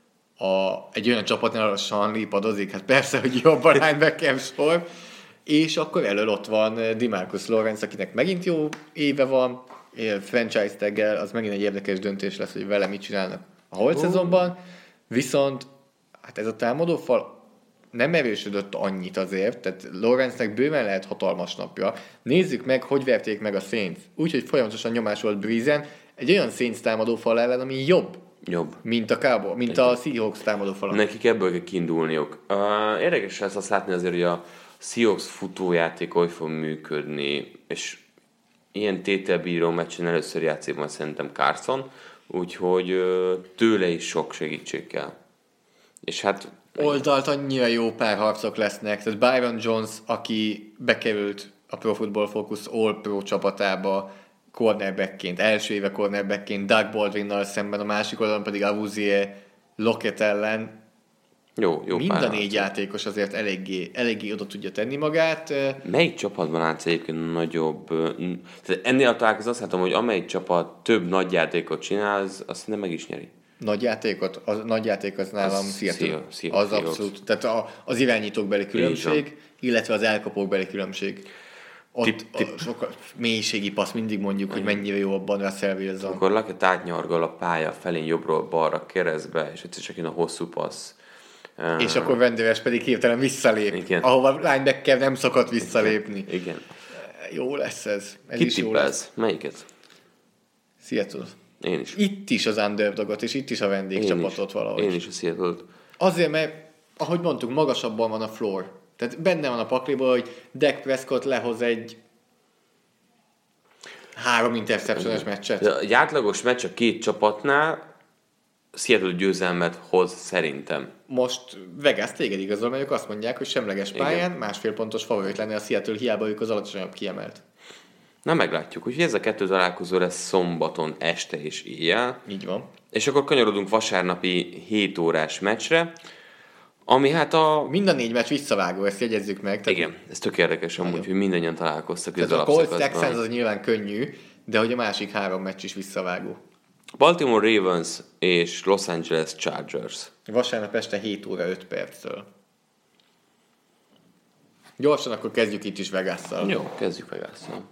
A, egy olyan csapatnál, ahol a Sean Lee padozik, hát persze, hogy jobb a linebacker sor, és akkor elől ott van DeMarcus Lawrence, akinek megint jó éve van, franchise taggel, az megint egy érdekes döntés lesz, hogy vele mit csinálnak a holt oh. szezonban, viszont hát ez a támadófal nem erősödött annyit azért, tehát Lawrence-nek bőven lehet hatalmas napja. Nézzük meg, hogy verték meg a Saints. Úgyhogy folyamatosan nyomás volt Breezen, egy olyan Saints támadófal ellen, ami jobb, Jobb. Mint a Cowboys, mint Nekik. a Seahawks támadófalak. Nekik ebből kell kiindulniuk. Uh, érdekes lesz azt látni azért, hogy a Seahawks futójáték hogy fog működni, és ilyen tételbíró meccsen először játszik majd szerintem Carson, úgyhogy uh, tőle is sok segítség kell. És hát... Oldalt annyira jó párharcok lesznek, tehát Byron Jones, aki bekerült a Pro Football Focus All-Pro csapatába, cornerbackként, első éve cornerbackként, Doug Baldwinnal szemben, a másik oldalon pedig Awuzie Lockett ellen. Jó, jó Mind a négy játékos azért eléggé, eléggé oda tudja tenni magát. Melyik csapatban látsz egyébként nagyobb... Tehát ennél a találkoz azt látom, hogy amelyik csapat több nagy játékot csinál, az, azt nem meg is nyeri. Nagy játékot? A nagy játék az nálam Seattle. Az abszolút. Tehát a, az irányítók beli különbség, illetve az elkapók beli különbség. Ott tip, tip. Sokkal mélységi passz, mindig mondjuk, hogy mennyire jó abban Russell Wilson. Akkor Lockett átnyargal a pálya felén jobbról balra keresztbe, és egyszer csak jön a hosszú passz. És akkor Vendéves pedig hirtelen visszalép, igen. ahova linebacker nem szokott visszalépni. Igen. Jó lesz ez. ez Kit tippelsz? Melyiket? Seattle. Én is. Itt is az underdogot, és itt is a vendégcsapatot valahogy. Én is a Seattle-t. Azért, mert ahogy mondtuk, magasabban van a floor. Tehát benne van a pakliból, hogy Dak Prescott lehoz egy három interception-es meccset. Egy átlagos meccs a két csapatnál Seattle győzelmet hoz szerintem. Most Vegas téged igazol, mert ők azt mondják, hogy semleges pályán igen. másfél pontos favorit lenne a Seattle, hiába ők az alacsonyabb kiemelt. Na meglátjuk, úgyhogy ez a kettő találkozó lesz szombaton este és éjjel. Így van. És akkor kanyarodunk vasárnapi hét órás meccsre, ami hát a... Mind a négy meccs visszavágó, ezt jegyezzük meg. Tehát... Igen, ez tök érdekes amúgy, hogy mindannyian találkoztak. Tehát a Colts Texans az nyilván könnyű, de hogy a másik három meccs is visszavágó. Baltimore Ravens és Los Angeles Chargers. Vasárnap este hét óra öt perctől. Gyorsan akkor kezdjük itt is Vegasszal. Jó, kezdjük Vegasszal.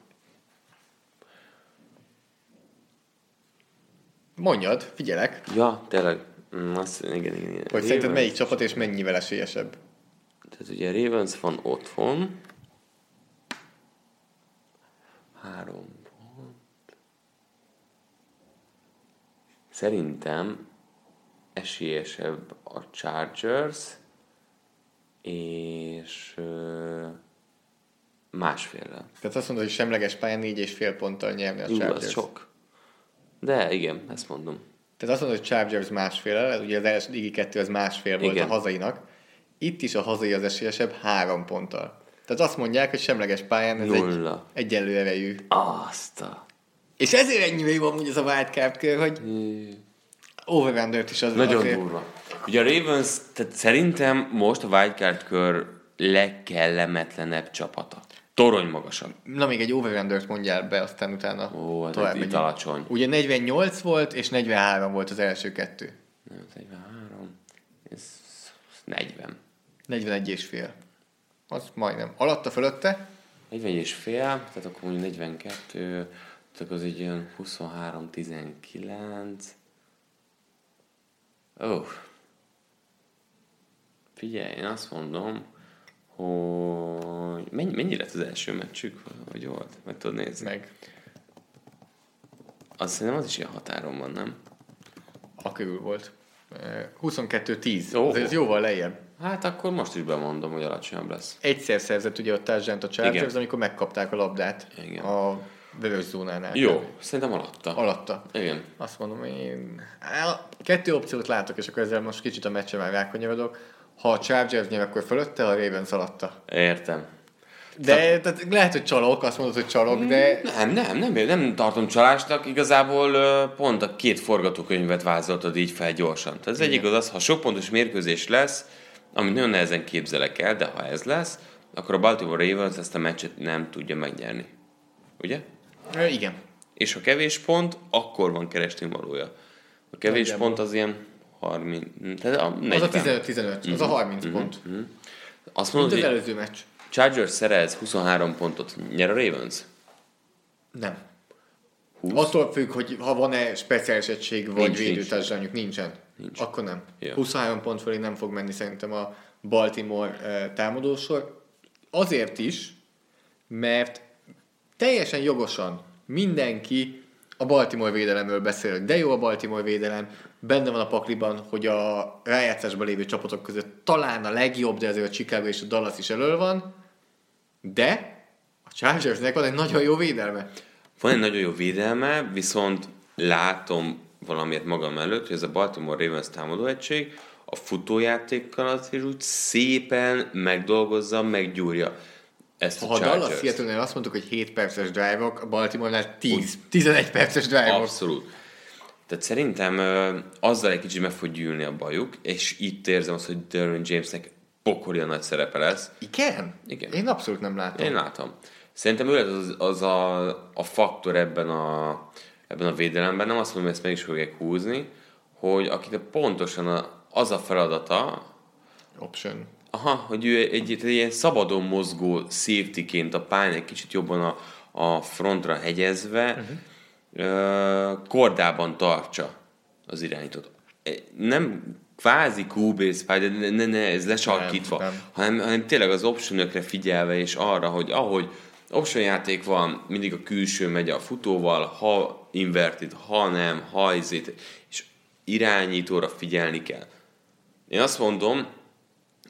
Mondjad, figyelek. Ja, tényleg. Mm, azt, igen, igen, igen. Hogy Ravens... szerinted melyik csapat és mennyivel esélyesebb? Tehát ugye Ravens van otthon. Három pont. Szerintem esélyesebb a Chargers, és uh, másféllel. Tehát azt mondod, hogy semleges pályán négy és fél ponttal nyerni a Chargers. Ez sok. De igen, ezt mondom. Tehát azt mondod, hogy Chargers másféllel, ugye az első ligi kettő az másfél volt igen. a hazainak. Itt is a hazai az esélyesebb három ponttal. Tehát azt mondják, hogy semleges pályán ez Nulla. egy egyenlő erejű. Azt a... És ezért ennyire jó amúgy ez a wildcard kör, hogy over-undert is az nagyon azért... durva. Ugye a Ravens, tehát szerintem most a wildcard kör legkellemetlenebb csapata. Torony magasabb. Na még egy over-undert mondjál be, aztán utána Ó, ez egy alacsony. Ugye negyvennyolc volt, és negyvenhárom volt az első kettő. Nem, negyvenhárom. Ez negyven. negyvenegy és fél. Az majdnem. Alatta, fölötte? negyvenegy és fél, tehát akkor mondjuk negyvenkettő, tehát az így jön huszonhárom tizenkilenc. Ó. Oh. Figyelj, én azt mondom, hogy mennyi, mennyi lett az első meccsük, hogy volt? Meg tudod nézni? Meg. Azt szerintem az is ilyen határon van, nem? A körül volt. huszonkettő tíz. Oh. Ez jóval lejjebb. Hát akkor most is bemondom, hogy alacsonyabb lesz. Egyszer szerzett ugye a touchdown a Chargers, amikor megkapták a labdát. Igen. A vörös zónánál. Jó, kell. szerintem alatta. Alatta. Igen. Azt mondom, én kettő opciót látok, és akkor ezzel most kicsit a meccsen már rákanyarodok. Ha a Chargers nyer, akkor fölötte, a Ravens alatta. Értem. De tehát lehet, hogy csalok, azt mondod, hogy csalok, de... Nem, nem, nem, nem tartom csalásnak. Igazából pont a két forgatókönyvet vázoltad így fel gyorsan. Tehát az egyik az az, ha sok pontos mérkőzés lesz, amit nagyon nehezen képzelek el, de ha ez lesz, akkor a Baltimore Ravens ezt a meccset nem tudja megnyerni. Ugye? E, igen. És ha kevés pont, akkor van keresnivalója. A kevés Nagyjából. Pont az ilyen harminc... Tehát a negyven. Az a tizenöt tizenöt, mm-hmm. az a harminc mm-hmm. pont. Mm-hmm. Azt mondod, mint az előző meccs. Chargers szerez huszonhárom pontot. Nyer a Ravens? Nem. húsz? Attól függ, hogy ha van-e speciális egység, vagy védőtársadalmuk nincsen. Nincs. Akkor nem. Ja. huszonhárom pont fölé nem fog menni szerintem a Baltimore uh, támadósor. Azért is, mert teljesen jogosan mindenki a Baltimore védelemről beszél. De jó a Baltimore védelem, benne van a pakliban, hogy a rájátszásban lévő csapatok között talán a legjobb, de azért a Chicago és a Dallas is elől van. De a Chargersnek van egy nagyon jó védelme. Van egy nagyon jó védelme, viszont látom valamiért magam előtt, hogy ez a Baltimore Ravens támadóegység a futójátékkal azért úgy szépen megdolgozza, meggyúrja ezt a ha Chargers. Ha Dallas Seattle-nél azt mondtuk, hogy hét perces drive-ok, a Baltimore-nál tíz, tizenegy perces drive-ok. Abszolút. Tehát szerintem ö, azzal egy kicsit meg fog gyűlni a bajuk, és itt érzem azt, hogy Derwin Jamesnek pokolian nagy szerepe lesz. Igen? Igen. Én abszolút nem látom. Én látom. Szerintem ő lesz az, az a, a faktor ebben a, ebben a védelemben, nem azt mondom, hogy ezt meg is fogják húzni, hogy akit pontosan a, az a feladata, option. Aha, hogy ő egy, egy, egy ilyen szabadon mozgó safety-ként a pályán egy kicsit jobban a, a frontra hegyezve, uh-huh. uh, kordában tartsa az irányítót. Nem kvázi kúbész pály, de ne, ne, ne, ez lesarkítva, nem, nem. Hanem, hanem tényleg az optionökre figyelve, és arra, hogy ahogy option játék van, mindig a külső megy a futóval, ha inverted, ha nem, ha izét, és irányítóra figyelni kell. Én azt mondom,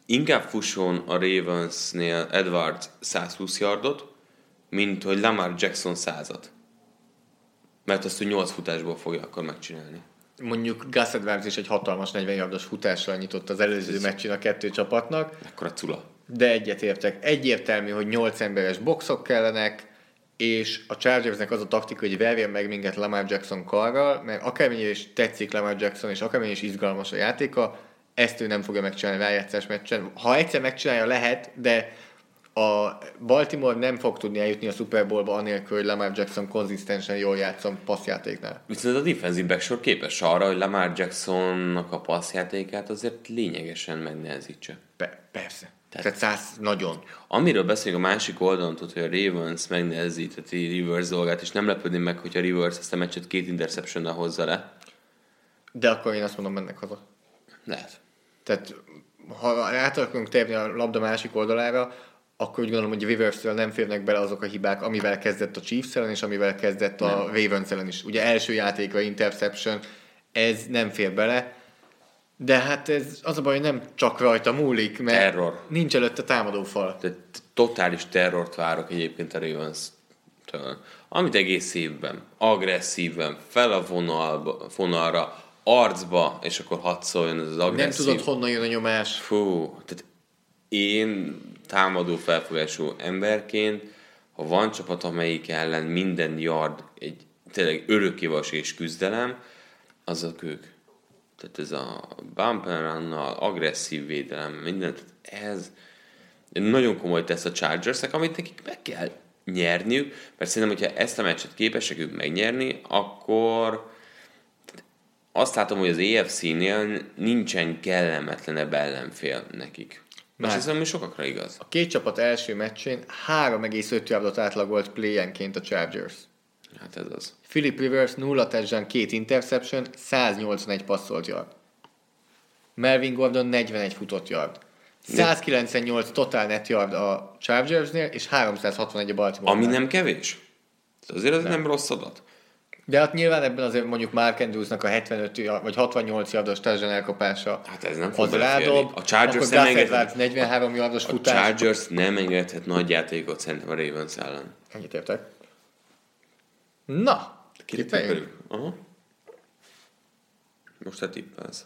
inkább fusson a Ravensnél Edwards száz húsz yardot, mint hogy Lamar Jackson százat. Mert azt, hogy nyolc futásból fogja akkor megcsinálni. Mondjuk Gus Edwards is egy hatalmas negyven yardos futással nyitott az előző meccsen a kettő csapatnak. Ekkora cula. De egyetértek. Egyértelmű, hogy nyolc emberes boxok kellenek, és a Chargersnek az a taktika, hogy verjen meg minket Lamar Jackson karral, mert akármennyire is tetszik Lamar Jackson, és akármennyire is izgalmas a játéka, ezt ő nem fogja megcsinálni rájátszás meccsen. Ha egyszer megcsinálja, lehet, de a Baltimore nem fog tudni eljutni a Super Bowlba anélkül, hogy Lamar Jackson konzisztensen jól játszom passzjátéknál. Viszont a defensive backsor képes arra, hogy Lamar Jacksonnak a passzjátékát azért lényegesen megnehezítse. Be, persze. Tehát, Tehát száz nagyon. Amiről beszélünk a másik oldalon, tudod, hogy a Ravens megnehezítheti Rivers dolgát, és nem lepődni meg, hogyha Rivers ezt a meccset két interceptionnel hozza le. De akkor én azt mondom, mennek haza. Lehet. Tehát ha át akarunk térni a labda másik oldalára, akkor úgy gondolom, hogy Rivers-től nem férnek bele azok a hibák, amivel kezdett a Chiefs ellen, és amivel kezdett a nem. Ravens ellen is. Ugye első játékra interception, ez nem fér bele, de hát ez az a baj, hogy nem csak rajta múlik, mert terror. Nincs előtte támadófal. De totális terrort várok egyébként a Ravens-től. Amit egész évben, agresszíven, fel a vonalba, vonalra, arcba, és akkor hadd szóljon ez az agresszív. Nem tudod, honnan jön a nyomás. Fú, tehát én támadó felfogású emberként, ha van csapat, amelyik ellen minden yard egy tényleg örökkévas és küzdelem, azok ők. Tehát ez a bump and run-nal, agresszív védelem, mindent, ez nagyon komoly tesz a Chargersnek, amit nekik meg kell nyerniük, mert szerintem, hogyha ezt a meccset képesek ők megnyerni, akkor azt látom, hogy az á ef cé-nél nincsen kellemetlenebb ellenfél nekik. Most ez ami sokakra igaz. A két csapat első meccsén három egész öt yardot átlagolt play-enként a Chargers. Hát ez az. Philip Rivers nulla touchdown, két interception, száznyolcvanegy passzolt yard. Melvin Gordon negyvenegy futott yard. százkilencvennyolc total net yard a Chargersnél, és háromszázhatvanegy a Baltimore-nál. Ami nem kevés. Azért az nem. nem rossz adat. De hát nyilván ebben azért mondjuk Mark Andrewsnak a hetvenöt vagy hatvannyolc yardos touchdown elkapása. Hát ez nem fog rádob. A Chargers nem engedhet, negyvenhárom yardos a futás. A Chargers nem engedhet nagy játékot szerintem a Ravens ellen. Ennyit értek. Na, tippeljük? Aha. Most te tippelsz.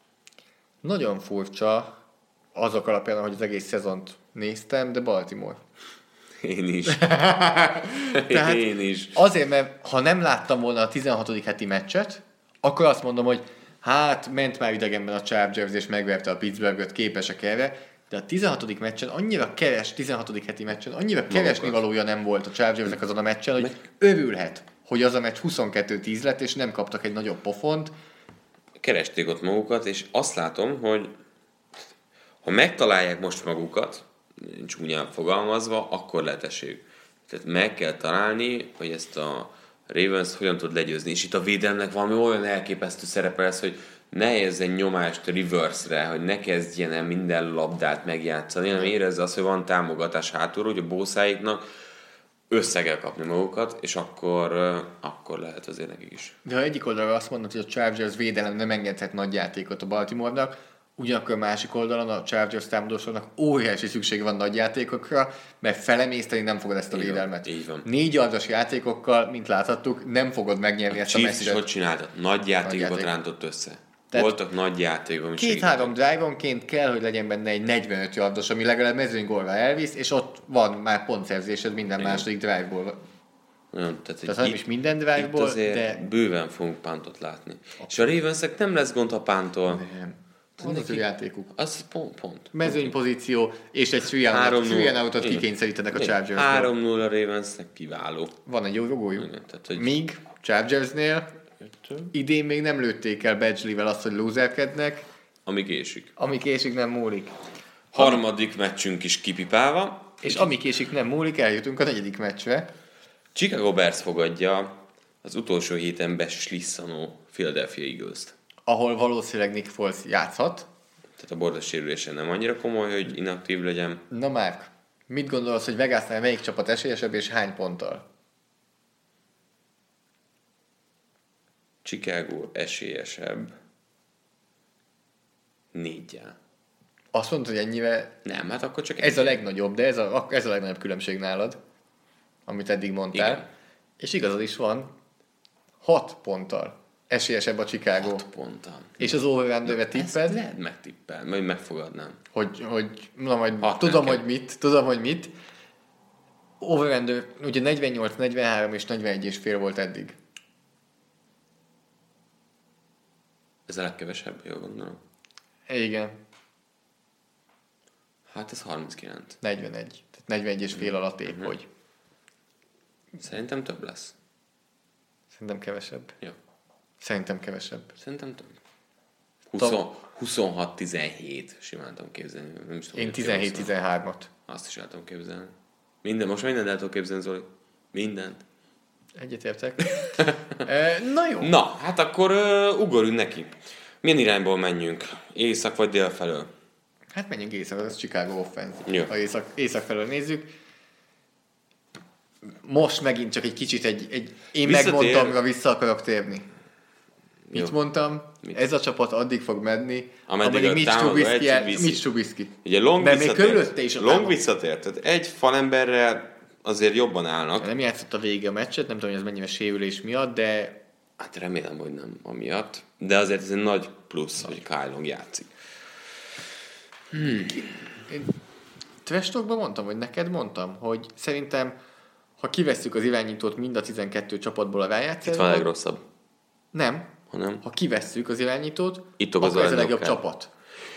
Nagyon furcsa azok alapján, hogy az egész szezont néztem, de Baltimore. Én is. Tehát Én is. Azért, mert ha nem láttam volna a tizenhatodik heti meccset, akkor azt mondom, hogy hát ment már idegenben a Chargers, és megverte a Pittsburghet, képesek erre, de a tizenhatodik meccsen annyira keres, tizenhatodik heti meccsen annyira keresni valója nem volt a Chargersnek azon a meccsen, hogy Meg... örülhet, hogy az a meccs huszonkettő tíz lett, és nem kaptak egy nagyobb pofont. Keresték ott magukat, és azt látom, hogy ha megtalálják most magukat, csúnyán fogalmazva, akkor lehet esélyük. Tehát meg kell találni, hogy ezt a Ravens hogyan tud legyőzni. És itt a védelemnek valami olyan elképesztő szerepe lesz, hogy ne érezzen nyomást reverse-re, hogy ne kezdjen el minden labdát megjátszani, hanem érezze azt, hogy van támogatás hátulról, hogy a bószáiknak össze kell kapni magukat, és akkor, akkor lehet azért nekik is. De ha egyik oldalra azt mondod, hogy a Chargers védelem nem engedhet nagy játékot a Baltimore-nak, ugyanakkor a másik oldalon a Chargers támadósornak óriási szükség van nagy játékokra, mert felemészteni nem fogod ezt a védelmet. Így van. Négy yardos játékokkal, mint láthattuk, nem fogod megnyerni a ezt a meccset. A Chiefs is hogy csinálta? Nagy játékot játék. rántott össze. Tehát voltak nagy játékok. Két-három drive-onként kell, hogy legyen benne egy negyvenöt yardos, ami legalább mezőnygólra elvisz, és ott van már pontszerzésed minden Igen. második drive-ból. Olyan, tehát tehát nem is minden drive-ból, de bőven fogunk pántot látni. Okay. És a Ravensnek nem lesz gond a pántól. Nem. Az az ő játékuk. Az pont. pont. Mezőnypozíció, és egy three and outot kikényszerítenek a Chargersből. három null a Ravensnek kiváló. Van egy jó rogójuk. Tehát, hogy... Míg Chargersnél idén még nem lőtték el Badgley-vel azt, hogy lúzerkednek. Ami késik. Ami késik, nem múlik. Harmadik ami... meccsünk is kipipálva. És ami késik, nem múlik, eljutunk a negyedik meccsre. Chicago Bears fogadja az utolsó héten beslisszanó Philadelphia Eagles-t. Ahol valószínűleg Nick Foles játszhat. Tehát a bordas sérülése nem annyira komoly, hogy inaktív legyen. Na Márk, mit gondolsz, hogy Vegasnál melyik csapat esélyesebb és hány ponttal? Chicago esélyesebb négyel. Azt mondod, hogy ennyire... Nem, hát akkor csak... Ez egy... a legnagyobb, de ez a, ez a legnagyobb különbség nálad, amit eddig mondtál. Igen. És igazad is van, hat ponttal esélyesebb a Chicago. hat ponttal. És az over-underre tipped? Lehet megtippel, majd megfogadnám. Hogy, hogy na majd hat tudom, hogy mit, tudom, hogy mit. Over-under, ugye negyvennyolc, negyvenhárom és negyvenegy és fél volt eddig. Ez a legkevesebb, jól gondolom. Igen. Hát ez harminckilenc. negyvenegy. Tehát negyvenegy és fél alatt épp, uh-huh. hogy. Szerintem több lesz. Szerintem kevesebb. Jó. Szerintem kevesebb. Szerintem több. huszonhat tizenhét simán tudom képzelni. Nem is tudom, én tizenhét tizenhármat. Azt is el tudom képzelni. Minden, most mindent el tudom képzelni, Zoli. Mindent. Egyetértek. e, na jó. Na, hát akkor uh, ugorjunk neki. Milyen irányból menjünk? Észak vagy dél felől? Hát menjünk észak, ez Chicago offense. Jó. Ha észak, észak felől nézzük. Most megint csak egy kicsit egy, egy én Visszatér... megmondtam, hogy vissza akarok térni. Mit Jó. mondtam? Mit? Ez a csapat addig fog menni, ameddig Mitch Trubisky, el, Mitch Trubisky. Ugye Long visszatért. Long visszatért. Tehát egy falemberrel azért jobban állnak. Nem játszott a vége a meccset, nem tudom, hogy ez mennyire sérülés miatt, de... Hát remélem, hogy nem amiatt. De azért ez egy nagy plusz, nagy. hogy Kyle Long játszik. Hmm. Én trash talkban mondtam, vagy neked mondtam, hogy szerintem, ha kivesszük az irányítót mind a tizenkettő csapatból a rájátszásból... Itt van a legrosszabb. Nem. Hanem? Ha kivesszük az irányítót, Itt akkor ez a legjobb kell. csapat.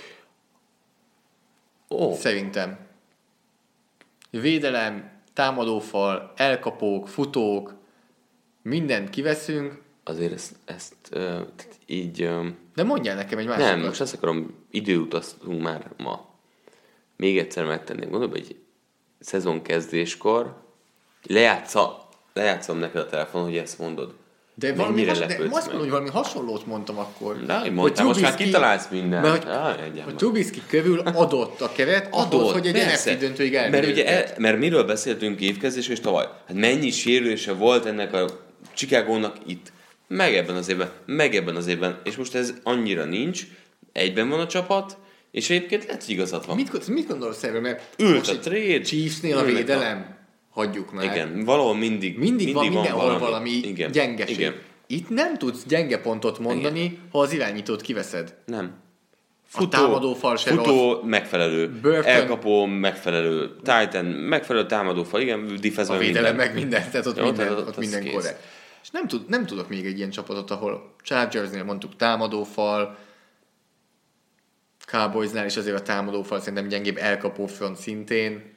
Oh. Szerintem. Védelem, támadófal, elkapók, futók, mindent kiveszünk. Azért ezt, ezt uh, így... Uh, De mondjál nekem egy másikat. Nem, most azt akarom, időutaztunk már ma. Még egyszer megtenném. Gondolom, hogy szezon kezdéskor lejátsza, lejátszom neked a telefon, hogy ezt mondod. De valami, has, de azt mondom, hogy valami hasonlót mondtam akkor. De, hogy mondtam, most már kitalálsz mindent. Mert hogy, ah, hogy Trubisky körül adott a keret, adott, ahhoz, hogy egy en ef cé döntőig elmenjük. Mert ugye, el, mert miről beszéltünk évkezdés és tavaly? Hát mennyi sérülése volt ennek a Chicagónak itt. Meg ebben az évben, meg ebben az évben. És most ez annyira nincs. Egyben van a csapat, és egyébként lehet, hogy igazad van. Mit, mit gondolsz erről? Mert ült a trade. Chiefsnél a védelem. Hagyjuk meg. Igen, valahol mindig, mindig, mindig van, mindenhol valami, valami igen, gyengeség. Igen. Itt nem tudsz gyenge pontot mondani, igen. ha az irányítót kiveszed. Nem. Futó, a támadófal se futó rossz. megfelelő, Burton, elkapó megfelelő, Titan megfelelő támadófal, igen, defense a védelem meg minden, tehát ott Jó, minden, tehát ott minden korrekt. És nem, tud, nem tudok még egy ilyen csapatot, ahol Chargersnél mondtuk támadófal, Cowboysnál is azért a támadófal szerintem gyengébb, elkapó front szintén.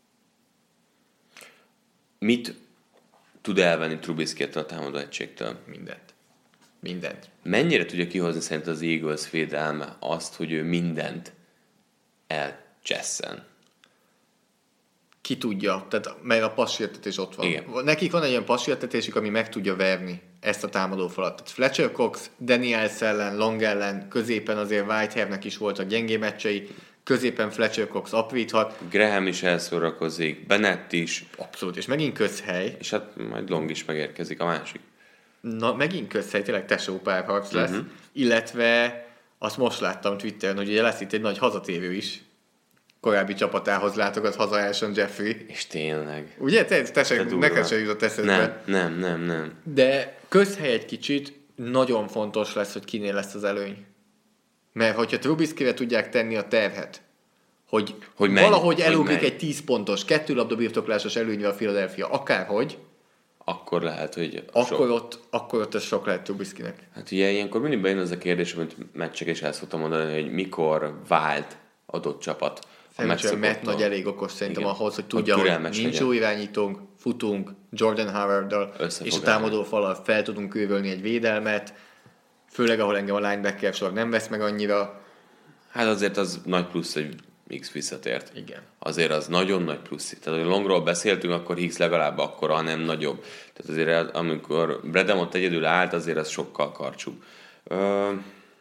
Mit tud elvenni Trubisky-től a támadó egységtől? Mindent. Mindent. Mennyire tudja kihozni szerint az Eagles védelme azt, hogy ő mindent elcsesszen? Ki tudja, tehát mert a passzsértetés ott van. Igen. Nekik van egy olyan passzsértetésük, ami meg tudja verni ezt a támadófalat. Tehát Fletcher Cox, Daniels ellen, Long ellen, középen azért Whitehairnek is voltak gyengé meccsei, középen Fletcher Cox apríthat. Graham is elszórakozik, Bennett is. Abszolút, és megint közhely. És hát majd Long is megérkezik, a másik. Na, megint közhely, tényleg tesó párharc lesz. Uh-huh. Illetve azt most láttam Twitteren, hogy ugye lesz itt egy nagy hazatérő is. Korábbi csapatához látogat haza Alshon Jeffrey. És tényleg. Ugye? Te, te se, neked se jutott eszedbe. Nem, nem, nem, nem. De közhely egy kicsit nagyon fontos lesz, hogy kinél lesz az előny. Mert hogyha Trubiskyre tudják tenni a terhet, hogy, hogy menj, valahogy elugrik egy tíz pontos, kettő labda birtoklásos előnyvel a Philadelphia, akárhogy, akkor lehet, hogy akkor ott, akkor ott ez sok lehet Trubiskynek. Hát ugye ilyenkor mindig bejön az a kérdés, amit meccsek is el szoktam mondani, hogy mikor vált adott csapat. Szerintem Matt Nagy elég okos szerintem igen. ahhoz, hogy tudja, hogy, hogy nincs jó irányítónk, futunk Jordan Howard-dal, és a támadó falal fel tudunk kővölni egy védelmet, főleg ahol engem a linebacker sor nem vesz meg annyira. Hát azért az nagy plusz, hogy Hicks visszatért. Igen. Azért az nagyon nagy plusz. Tehát, hogy Longról beszéltünk, akkor Hicks legalább akkora, hanem nagyobb. Tehát azért, amikor Bradham ott egyedül állt, azért az sokkal karcsúbb. Ö...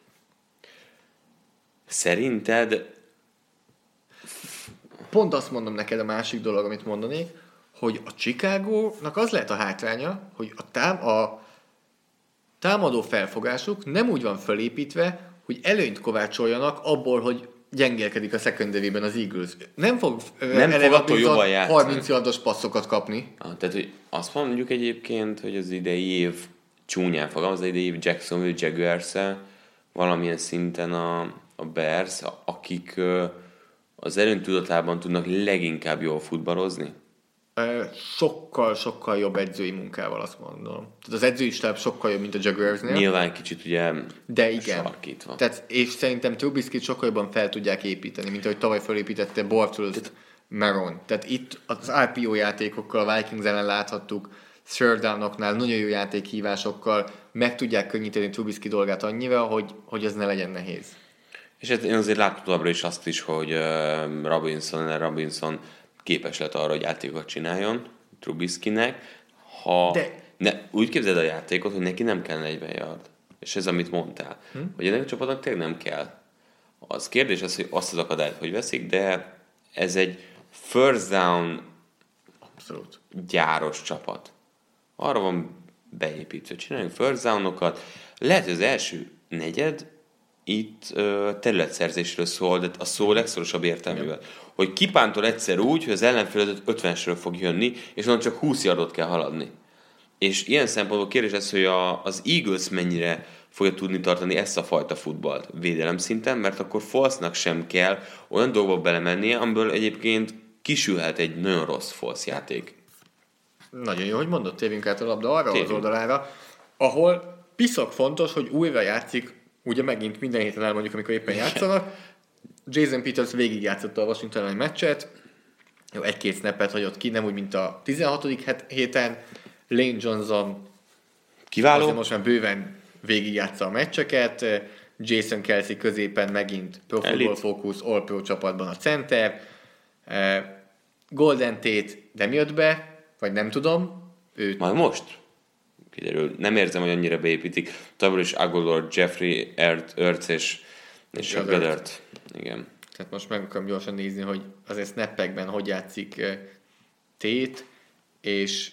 Szerinted... Pont azt mondom neked a másik dolog, amit mondanék, hogy a Chicagónak az lehet a hátránya, hogy a, tám- a támadó felfogásuk nem úgy van felépítve, hogy előnyt kovácsoljanak abból, hogy gyengélkedik a secondary-ben az Eagles. Nem fog, nem fog attól jobban játszani. harminc yardos passzokat kapni. Ah, tehát, hogy azt mondjuk egyébként, hogy az idei év csúnyán fogom, az idei év Jacksonville Jaguars-e valamilyen szinten a, a Bears, akik az előny tudatában tudnak leginkább jól futballozni? Sokkal, sokkal jobb edzői munkával, azt mondom. Tehát az edzői stáb sokkal jobb, mint a Jaguarsnél. Nyilván kicsit ugye de igen. sarkítva. Tehát, és szerintem Trubiskyt sokkal jobban fel tudják építeni, mint ahogy tavaly felépítette Bortles Maron. Tehát itt az er pé o játékokkal a Vikings ellen láthattuk, third down-oknál nagyon jó játékhívásokkal meg tudják könnyíteni Trubisky dolgát annyira, hogy, hogy ez ne legyen nehéz. És hát én azért láttam továbbra is azt is, hogy uh, Robinson, Robinson képes lett arra, hogy játékokat csináljon Trubiskynek, ha De... ne, úgy képzeld a játékot, hogy neki nem kell negyven yard. És ez, amit mondtál. Hm? Hogy ennek a csapatnak tényleg nem kell. Az kérdés az, hogy azt az akadályt hogy veszik, de ez egy first down Abszolút. gyáros csapat. Arra van beépítve. Csináljunk first downokat. Lehet, hogy az első negyed itt ö, területszerzésről szól, de a szó legszorosabb értelmével. Hogy kipántol egyszer úgy, hogy az ellenfél ötvenesről fog jönni, és onnan csak húsz yardot kell haladni. És ilyen szempontból kérdés ez, hogy a, az Eagles mennyire fogja tudni tartani ezt a fajta futballt védelem szinten, mert akkor Folesnak sem kell olyan dolgokba belemennie, amiből egyébként kisülhet egy nagyon rossz Foles játék. Nagyon jó, hogy mondott, térjünk át a labda arra Térjünk. az oldalára, ahol piszok fontos, hogy újra játszik, ugye megint minden héten elmondjuk, amikor éppen játszanak. Jason Peters végigjátszotta a Washington elleni meccset, jó, egy-két snappet hagyott ki, nem úgy, mint a tizenhatodik héten. Lane Johnson Kiváló. most már bőven végigjátsza a meccseket. Jason Kelsey középen megint Pro Football Focus All Pro csapatban a center. Golden Tate nem jött be, vagy nem tudom. Ő... Majd most kiderül. Nem érzem, hogy annyira beépítik. Továbbra is Agolor, Jeffrey, Ertz és, és a Goddard. Igen. Tehát most meg akarom gyorsan nézni, hogy azért snappekben hogy játszik uh, Tate, és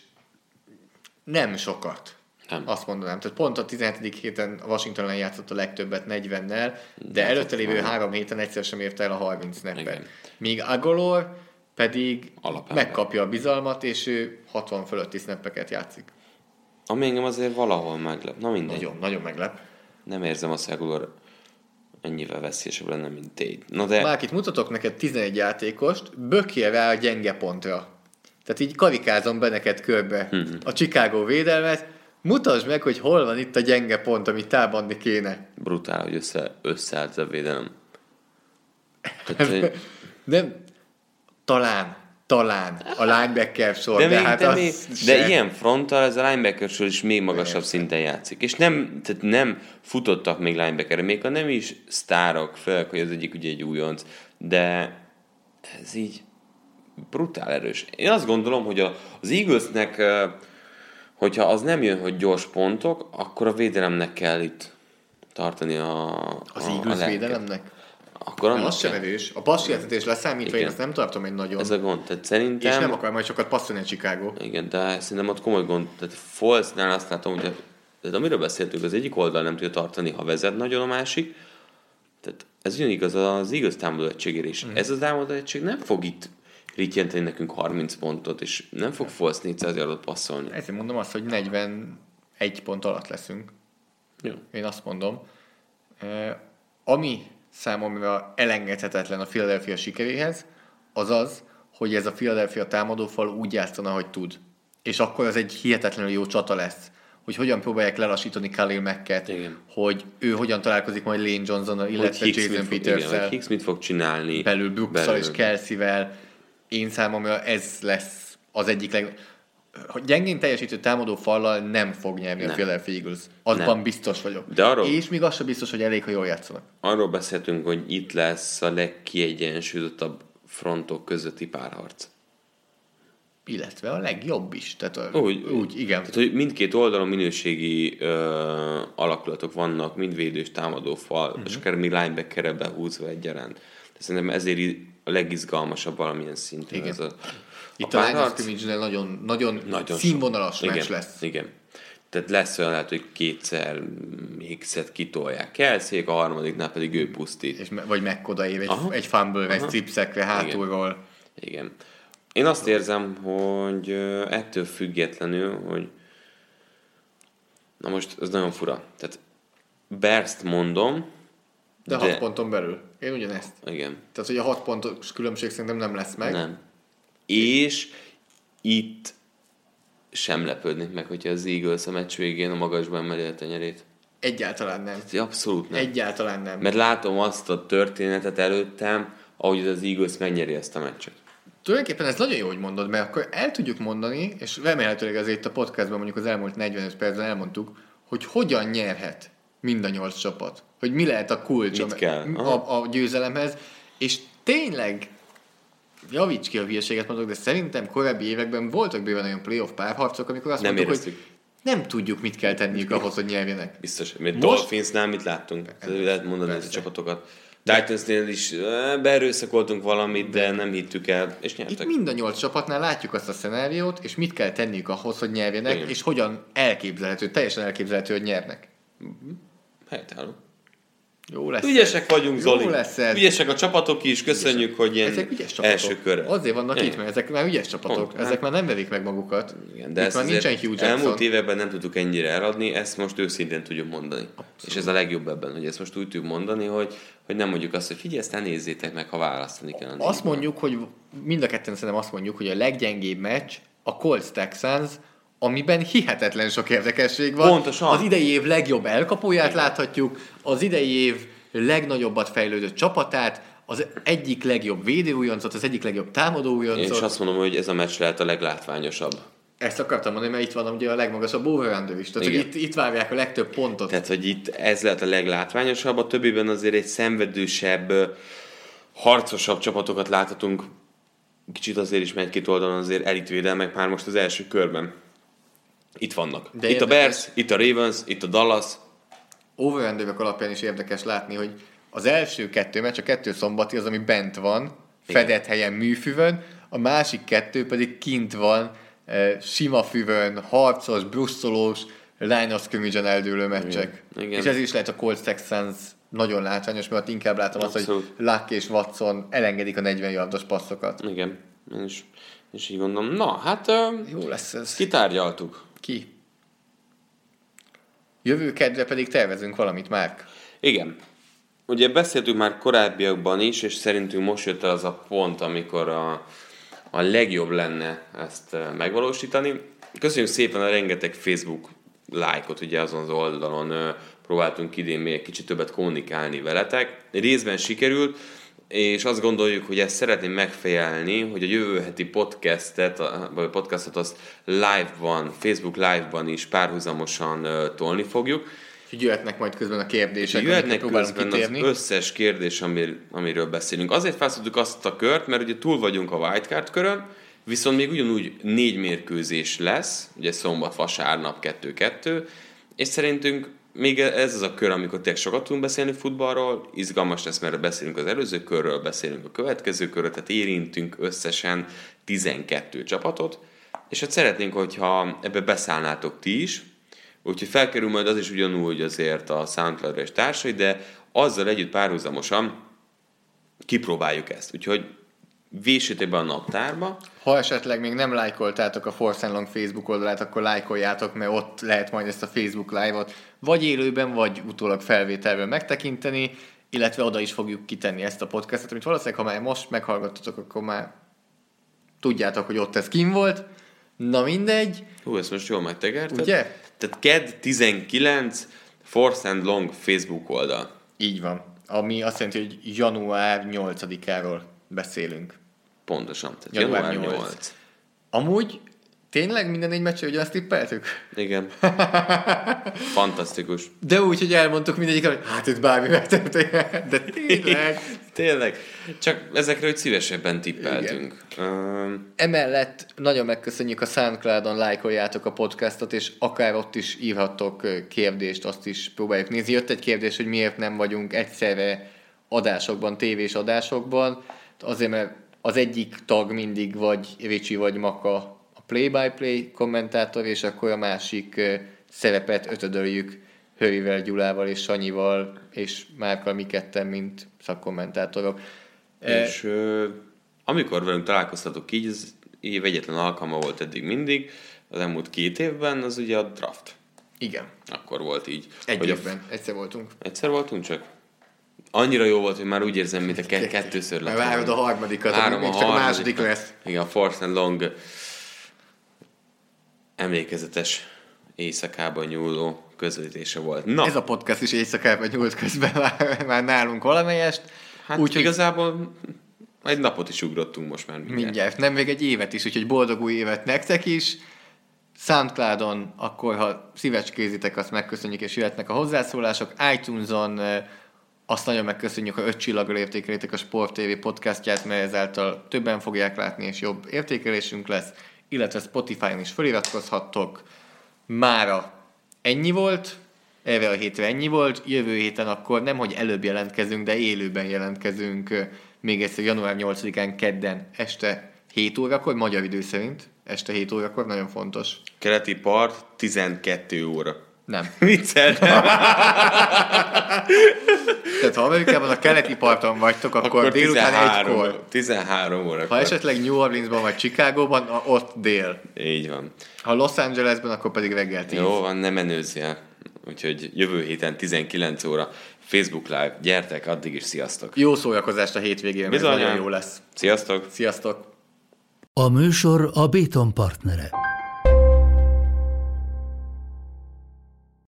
nem sokat. Nem. Azt mondanám. Tehát pont a tizenhetedik héten a Washington ellen játszott a legtöbbet negyvennel, de, de előtte lévő három héten egyszer sem érte el a harminc snappet. Míg Agolor pedig alapember. Megkapja a bizalmat, és ő hatvan fölötti snappeket játszik. Ami engem azért valahol meglep. Na mindegy. Nagyon, nagyon meglep. Nem érzem azt, hogy Agolor ennyivel veszélyesebb lenne, mint Tate. Na de... Már itt mutatok neked tizenegy játékost, bökjél rá a gyenge pontra. Tehát így karikázom be neked körbe hmm. a Chicago védelmet, mutasd meg, hogy hol van itt a gyenge pont, amit támadni kéne. Brutál, hogy össze, összeállt a védelem. Tehát, nem, talán, talán a linebacker sor, de, de, még, hát de, az még, de ilyen fronttal ez a linebacker sor is még magasabb nem szinten játszik. És nem, tehát nem futottak még linebackerre, még ha nem is sztárok, főleg, hogy az egyik ugye egy újonc, de ez így brutál erős. Én azt gondolom, hogy az Eaglesnek, hogyha az nem jön, hogy gyors pontok, akkor a védelemnek kell itt tartani a... Az Eagles a védelemnek? Akkor nem, az sem erős. A passzjátszatés leszámítva, én azt nem tartom egy nagyon. Ez a gond. Tehát szerintem... És nem akar majd sokat passzolni a Chicago. Igen, de szerintem ott komoly gond. Tehát Folesnál azt látom, hogy tehát amiről beszéltünk, az egyik oldal nem tudja tartani, ha vezet nagyon a másik. Tehát ez ugyanigaz az Eagles támadó egységére is. Mm. Ez az támadó egység nem fog itt rittyenteni nekünk harminc pontot, és nem fog Foles négyszáz yardot passzolni. Ezért mondom azt, hogy negyvenegy pont alatt leszünk. Jó. Én azt mondom. E, ami számomra elengedhetetlen a Philadelphia sikeréhez, az az, hogy ez a Philadelphia támadófal úgy játszana, hogy tud. És akkor az egy hihetetlenül jó csata lesz. Hogy hogyan próbálják lelassítani Khalil Macket, hogy ő hogyan találkozik majd Lane Johnsonnal, illetve Jason Peters-szel. Hogy Hicks mit fog csinálni. Belül Brooks-szal és Kelsey-vel. Én számomra ez lesz az egyik leg... Hogy gyengén teljesítő támadó fallal nem fog nyerni nem. a Philadelphia Eagles. Azban nem. biztos vagyok. De arról, és még az sem biztos, hogy elég, ha jól játszanak. Arról beszéltünk, hogy itt lesz a legkiegyensúlyozottabb frontok közötti párharc. Illetve a legjobb is. Tehát úgy, úgy, igen. Tehát, hogy mindkét oldalon minőségi ö, alakulatok vannak, mind védő és támadó fal, uh-huh. és akár még linebackerre behúzva egyaránt. De szerintem ezért a legizgalmasabb valamilyen szinten. Igen. Ez a, Itt a, a line of scrimmage-nél nagyon, nagyon, nagyon színvonalas meccs lesz. Igen. Tehát lesz olyan lehet, hogy kétszer Higgset kitolják Kelseyék, a harmadiknál pedig ő pusztít. És, vagy McCoda év, egy, egy fumble, egy cipszekre hátulról. Igen. Igen. Én azt érzem, hogy ettől függetlenül, hogy na most ez nagyon fura. Tehát Bears-t mondom, de, de hat ponton belül. Én ugyanezt. Igen. Tehát, hogy a hat pontos különbség szerintem nem lesz meg. Nem. És itt sem lepődnék meg, hogyha az Eagles a meccs végén a magasban emeli a tenyerét. Egyáltalán nem. Abszolút nem. Egyáltalán nem. Mert látom azt a történetet előttem, ahogy az Eagles megnyeri ezt a meccset. Tulajdonképpen ez nagyon jó, hogy mondod, mert akkor el tudjuk mondani, és remélhetőleg azért itt a podcastban mondjuk az elmúlt negyvenöt percben elmondtuk, hogy hogyan nyerhet mind a nyolc csapat. Hogy mi lehet a kulcs a, a, a győzelemhez. És tényleg, javíts ki a hülyeséget mondok, de szerintem korábbi években voltak bőven olyan playoff párharcok, amikor azt nem mondtuk, éreztük. hogy nem tudjuk, mit kell tenniük ahhoz, hogy nyerjenek. Biztos, mert Dolphinsnál mit láttunk? Lehet mondani ezt a csapatokat. Titansnél is beerőszakoltunk valamit, de nem hittük el, és nyertek. Itt mind a nyolc csapatnál látjuk azt a szenáriót, és mit kell tenniük ahhoz, hogy nyerjenek, igen. És hogyan elképzelhető, teljesen elképzelhető, hogy nyernek. Uh-huh. Helytálló. Jó lesz. Ügyesek vagyunk, Zoli. Jó lesz ez. Ügyesek a csapatok is, köszönjük, ügyesek. hogy ilyen első körre. Azért vannak igen. Itt, mert ezek már ügyes csapatok. Pont, ezek már nem verik meg magukat. Igen, de ezt már nincsen Hugh Jackson. Elmúlt években nem tudtuk ennyire eladni, ezt most őszintén tudjuk mondani. Abszolút. És ez a legjobb ebben, hogy ezt most úgy tudjuk mondani, hogy, hogy nem mondjuk azt, hogy figyelj, ezt nézzétek meg, ha választani kell. Azt mondjuk, hogy mind a ketten szerintem azt mondjuk, hogy a leggyengébb meccs a Colts Texans, amiben hihetetlen sok érdekesség van. Pontosan. Az idei év legjobb elkapóját igen. Láthatjuk, az idei év legnagyobbat fejlődött csapatát, az egyik legjobb védőújoncot, az egyik legjobb támadóújoncot. És azt mondom, hogy ez a meccs lehet a leglátványosabb. Ezt akartam mondani, mert itt van ugye a legmagasabb over-under is. Tehát, hogy itt, itt várják a legtöbb pontot. Tehát, hogy itt ez lehet a leglátványosabb, a többiben azért egy szenvedősebb, harcosabb csapatokat láthatunk. Kicsit azért is megy két oldalon azért elitvédelmek már most az első körben. Itt vannak. De itt érdekes. A Bears, itt a Ravens, itt a Dallas. Over-underök alapján is érdekes látni, hogy az első kettő meccs, a kettő szombati az, ami bent van, fedett helyen műfüvön, a másik kettő pedig kint van, sima füvön, harcos, brusszolós, line of scrimmage-en eldőlő meccsek. Igen. Igen. És ez is lehet a Colts Texans nagyon látványos, mert inkább látom azt, hogy Luck és Watson elengedik a negyven yardos passzokat. Igen, én is, én is így gondolom. Na, hát jó lesz ez. Kitárgyaltuk. Ki? Jövő kedvre pedig tervezünk valamit, Márk. Igen. Ugye beszéltünk már korábbiakban is, és szerintünk most jött el az a pont, amikor a, a legjobb lenne ezt megvalósítani. Köszönjük szépen a rengeteg Facebook lájkot, ugye azon az oldalon próbáltunk idén még egy kicsit többet kommunikálni veletek. Részben sikerült, és azt gondoljuk, hogy ezt szeretném megfejelni, hogy a jövő heti podcastet, vagy podcastot azt live-ban, Facebook live-ban is párhuzamosan tolni fogjuk. És jöhetnek majd közben a kérdések, jöhetnek közben kitérni. Az összes kérdés, amir, amiről beszélünk. Azért felszóltuk azt a kört, mert ugye túl vagyunk a wildcard körön, viszont még ugyanúgy négy mérkőzés lesz, ugye szombat, vasárnap kettő-kettő, és szerintünk még ez az a kör, amikor tényleg sokat tudunk beszélni futballról, izgalmas lesz, mert beszélünk az előző körről, beszélünk a következő körről, tehát érintünk összesen tizenkettő csapatot, és hát szeretnénk, hogyha ebbe beszállnátok ti is, úgyhogy felkerül majd az is ugyanúgy azért a SoundCloud-ra és társai, de azzal együtt párhuzamosan kipróbáljuk ezt. Úgyhogy véssétek be a naptárba. Ha esetleg még nem lájkoltátok a Force and Long Facebook oldalát, akkor lájkoljátok, mert ott lehet majd ezt a Facebook live-ot vagy élőben, vagy utólag felvételről megtekinteni, illetve oda is fogjuk kitenni ezt a podcastot, amit valószínűleg, ha már most meghallgattatok, akkor már tudjátok, hogy ott ez kim volt. Na mindegy. Hú, ezt most jól megtegerted. Ugye? Tehát kedd tizenkilenc Force and Long Facebook oldal. Így van. Ami azt jelenti, hogy január nyolcadikáról beszélünk. Pontosan. Tehát január nyolc. Amúgy tényleg minden négy meccsre ugyanazt tippeltük? Igen. Fantasztikus. De úgy, hogy elmondtuk mindegyik, hogy hát itt bármi megtörtént. De tényleg. Tényleg. Csak ezekre, hogy szívesebben tippeltünk. Um... Emellett nagyon megköszönjük a SoundCloud-on, lájkoljátok a podcastot, és akár ott is írhattok kérdést, azt is próbáljuk nézni. Jött egy kérdés, hogy miért nem vagyunk egyszerre adásokban, tévés adásokban. Azért, mert az egyik tag mindig vagy Ricsi, vagy Maka a play-by-play kommentátor, és akkor a másik szerepet ötödöljük Hövivel, Gyulával és Sanyival, és Márkkal mi ketten, mint szakkommentátorok. És e... ö, amikor velünk találkoztatok így, ez év egyetlen alkalma volt eddig mindig, az elmúlt két évben, az ugye a draft. Igen. Akkor volt így. Egy évben. A... Egyszer voltunk. Egyszer voltunk csak? Annyira jó volt, hogy már úgy érzem, mint a ke- kettőször lett. Már várod a harmadikat, Várom még a csak a második lesz. Igen, a Force and Long emlékezetes éjszakában nyúló közvetítése volt. Na. Ez a podcast is éjszakában nyúlt közben már, már nálunk valamelyest. Hát úgy, igazából egy napot is ugrottunk most már mindjárt. Mindjárt, nem még egy évet is, úgyhogy boldog új évet nektek is. Soundcloudon, akkor ha szívecskézitek, azt megköszönjük, és jöhetnek a hozzászólások. iTunes-on azt nagyon megköszönjük, ha öt csillaggal értékelitek a Sport té vé podcastját, mert ezáltal többen fogják látni, és jobb értékelésünk lesz, illetve Spotify-on is feliratkozhattok. Mára ennyi volt, erre a hétre ennyi volt, jövő héten akkor nem, hogy előbb jelentkezünk, de élőben jelentkezünk még egyszer január nyolcadikán kedden este hét órakor, magyar idő szerint, este hét órakor, nagyon fontos. Keleti part tizenkét óra. Nem. Vicceltem. Tehát ha Amerikában a keleti parton vagytok, akkor, akkor délután tizenhárom, egykor. tizenhárom órakor. Ha esetleg New Orleansban vagy Chicagóban, ott dél. Így van. Ha Los Angelesben, akkor pedig reggel tíz. Jó van, nem menőzzél. Úgyhogy jövő héten tizenkilenc óra Facebook Live. Gyertek, addig is sziasztok. Jó szórakozást a hétvégén, ez nagyon jó lesz. Sziasztok. Sziasztok. A műsor a Béton partnere.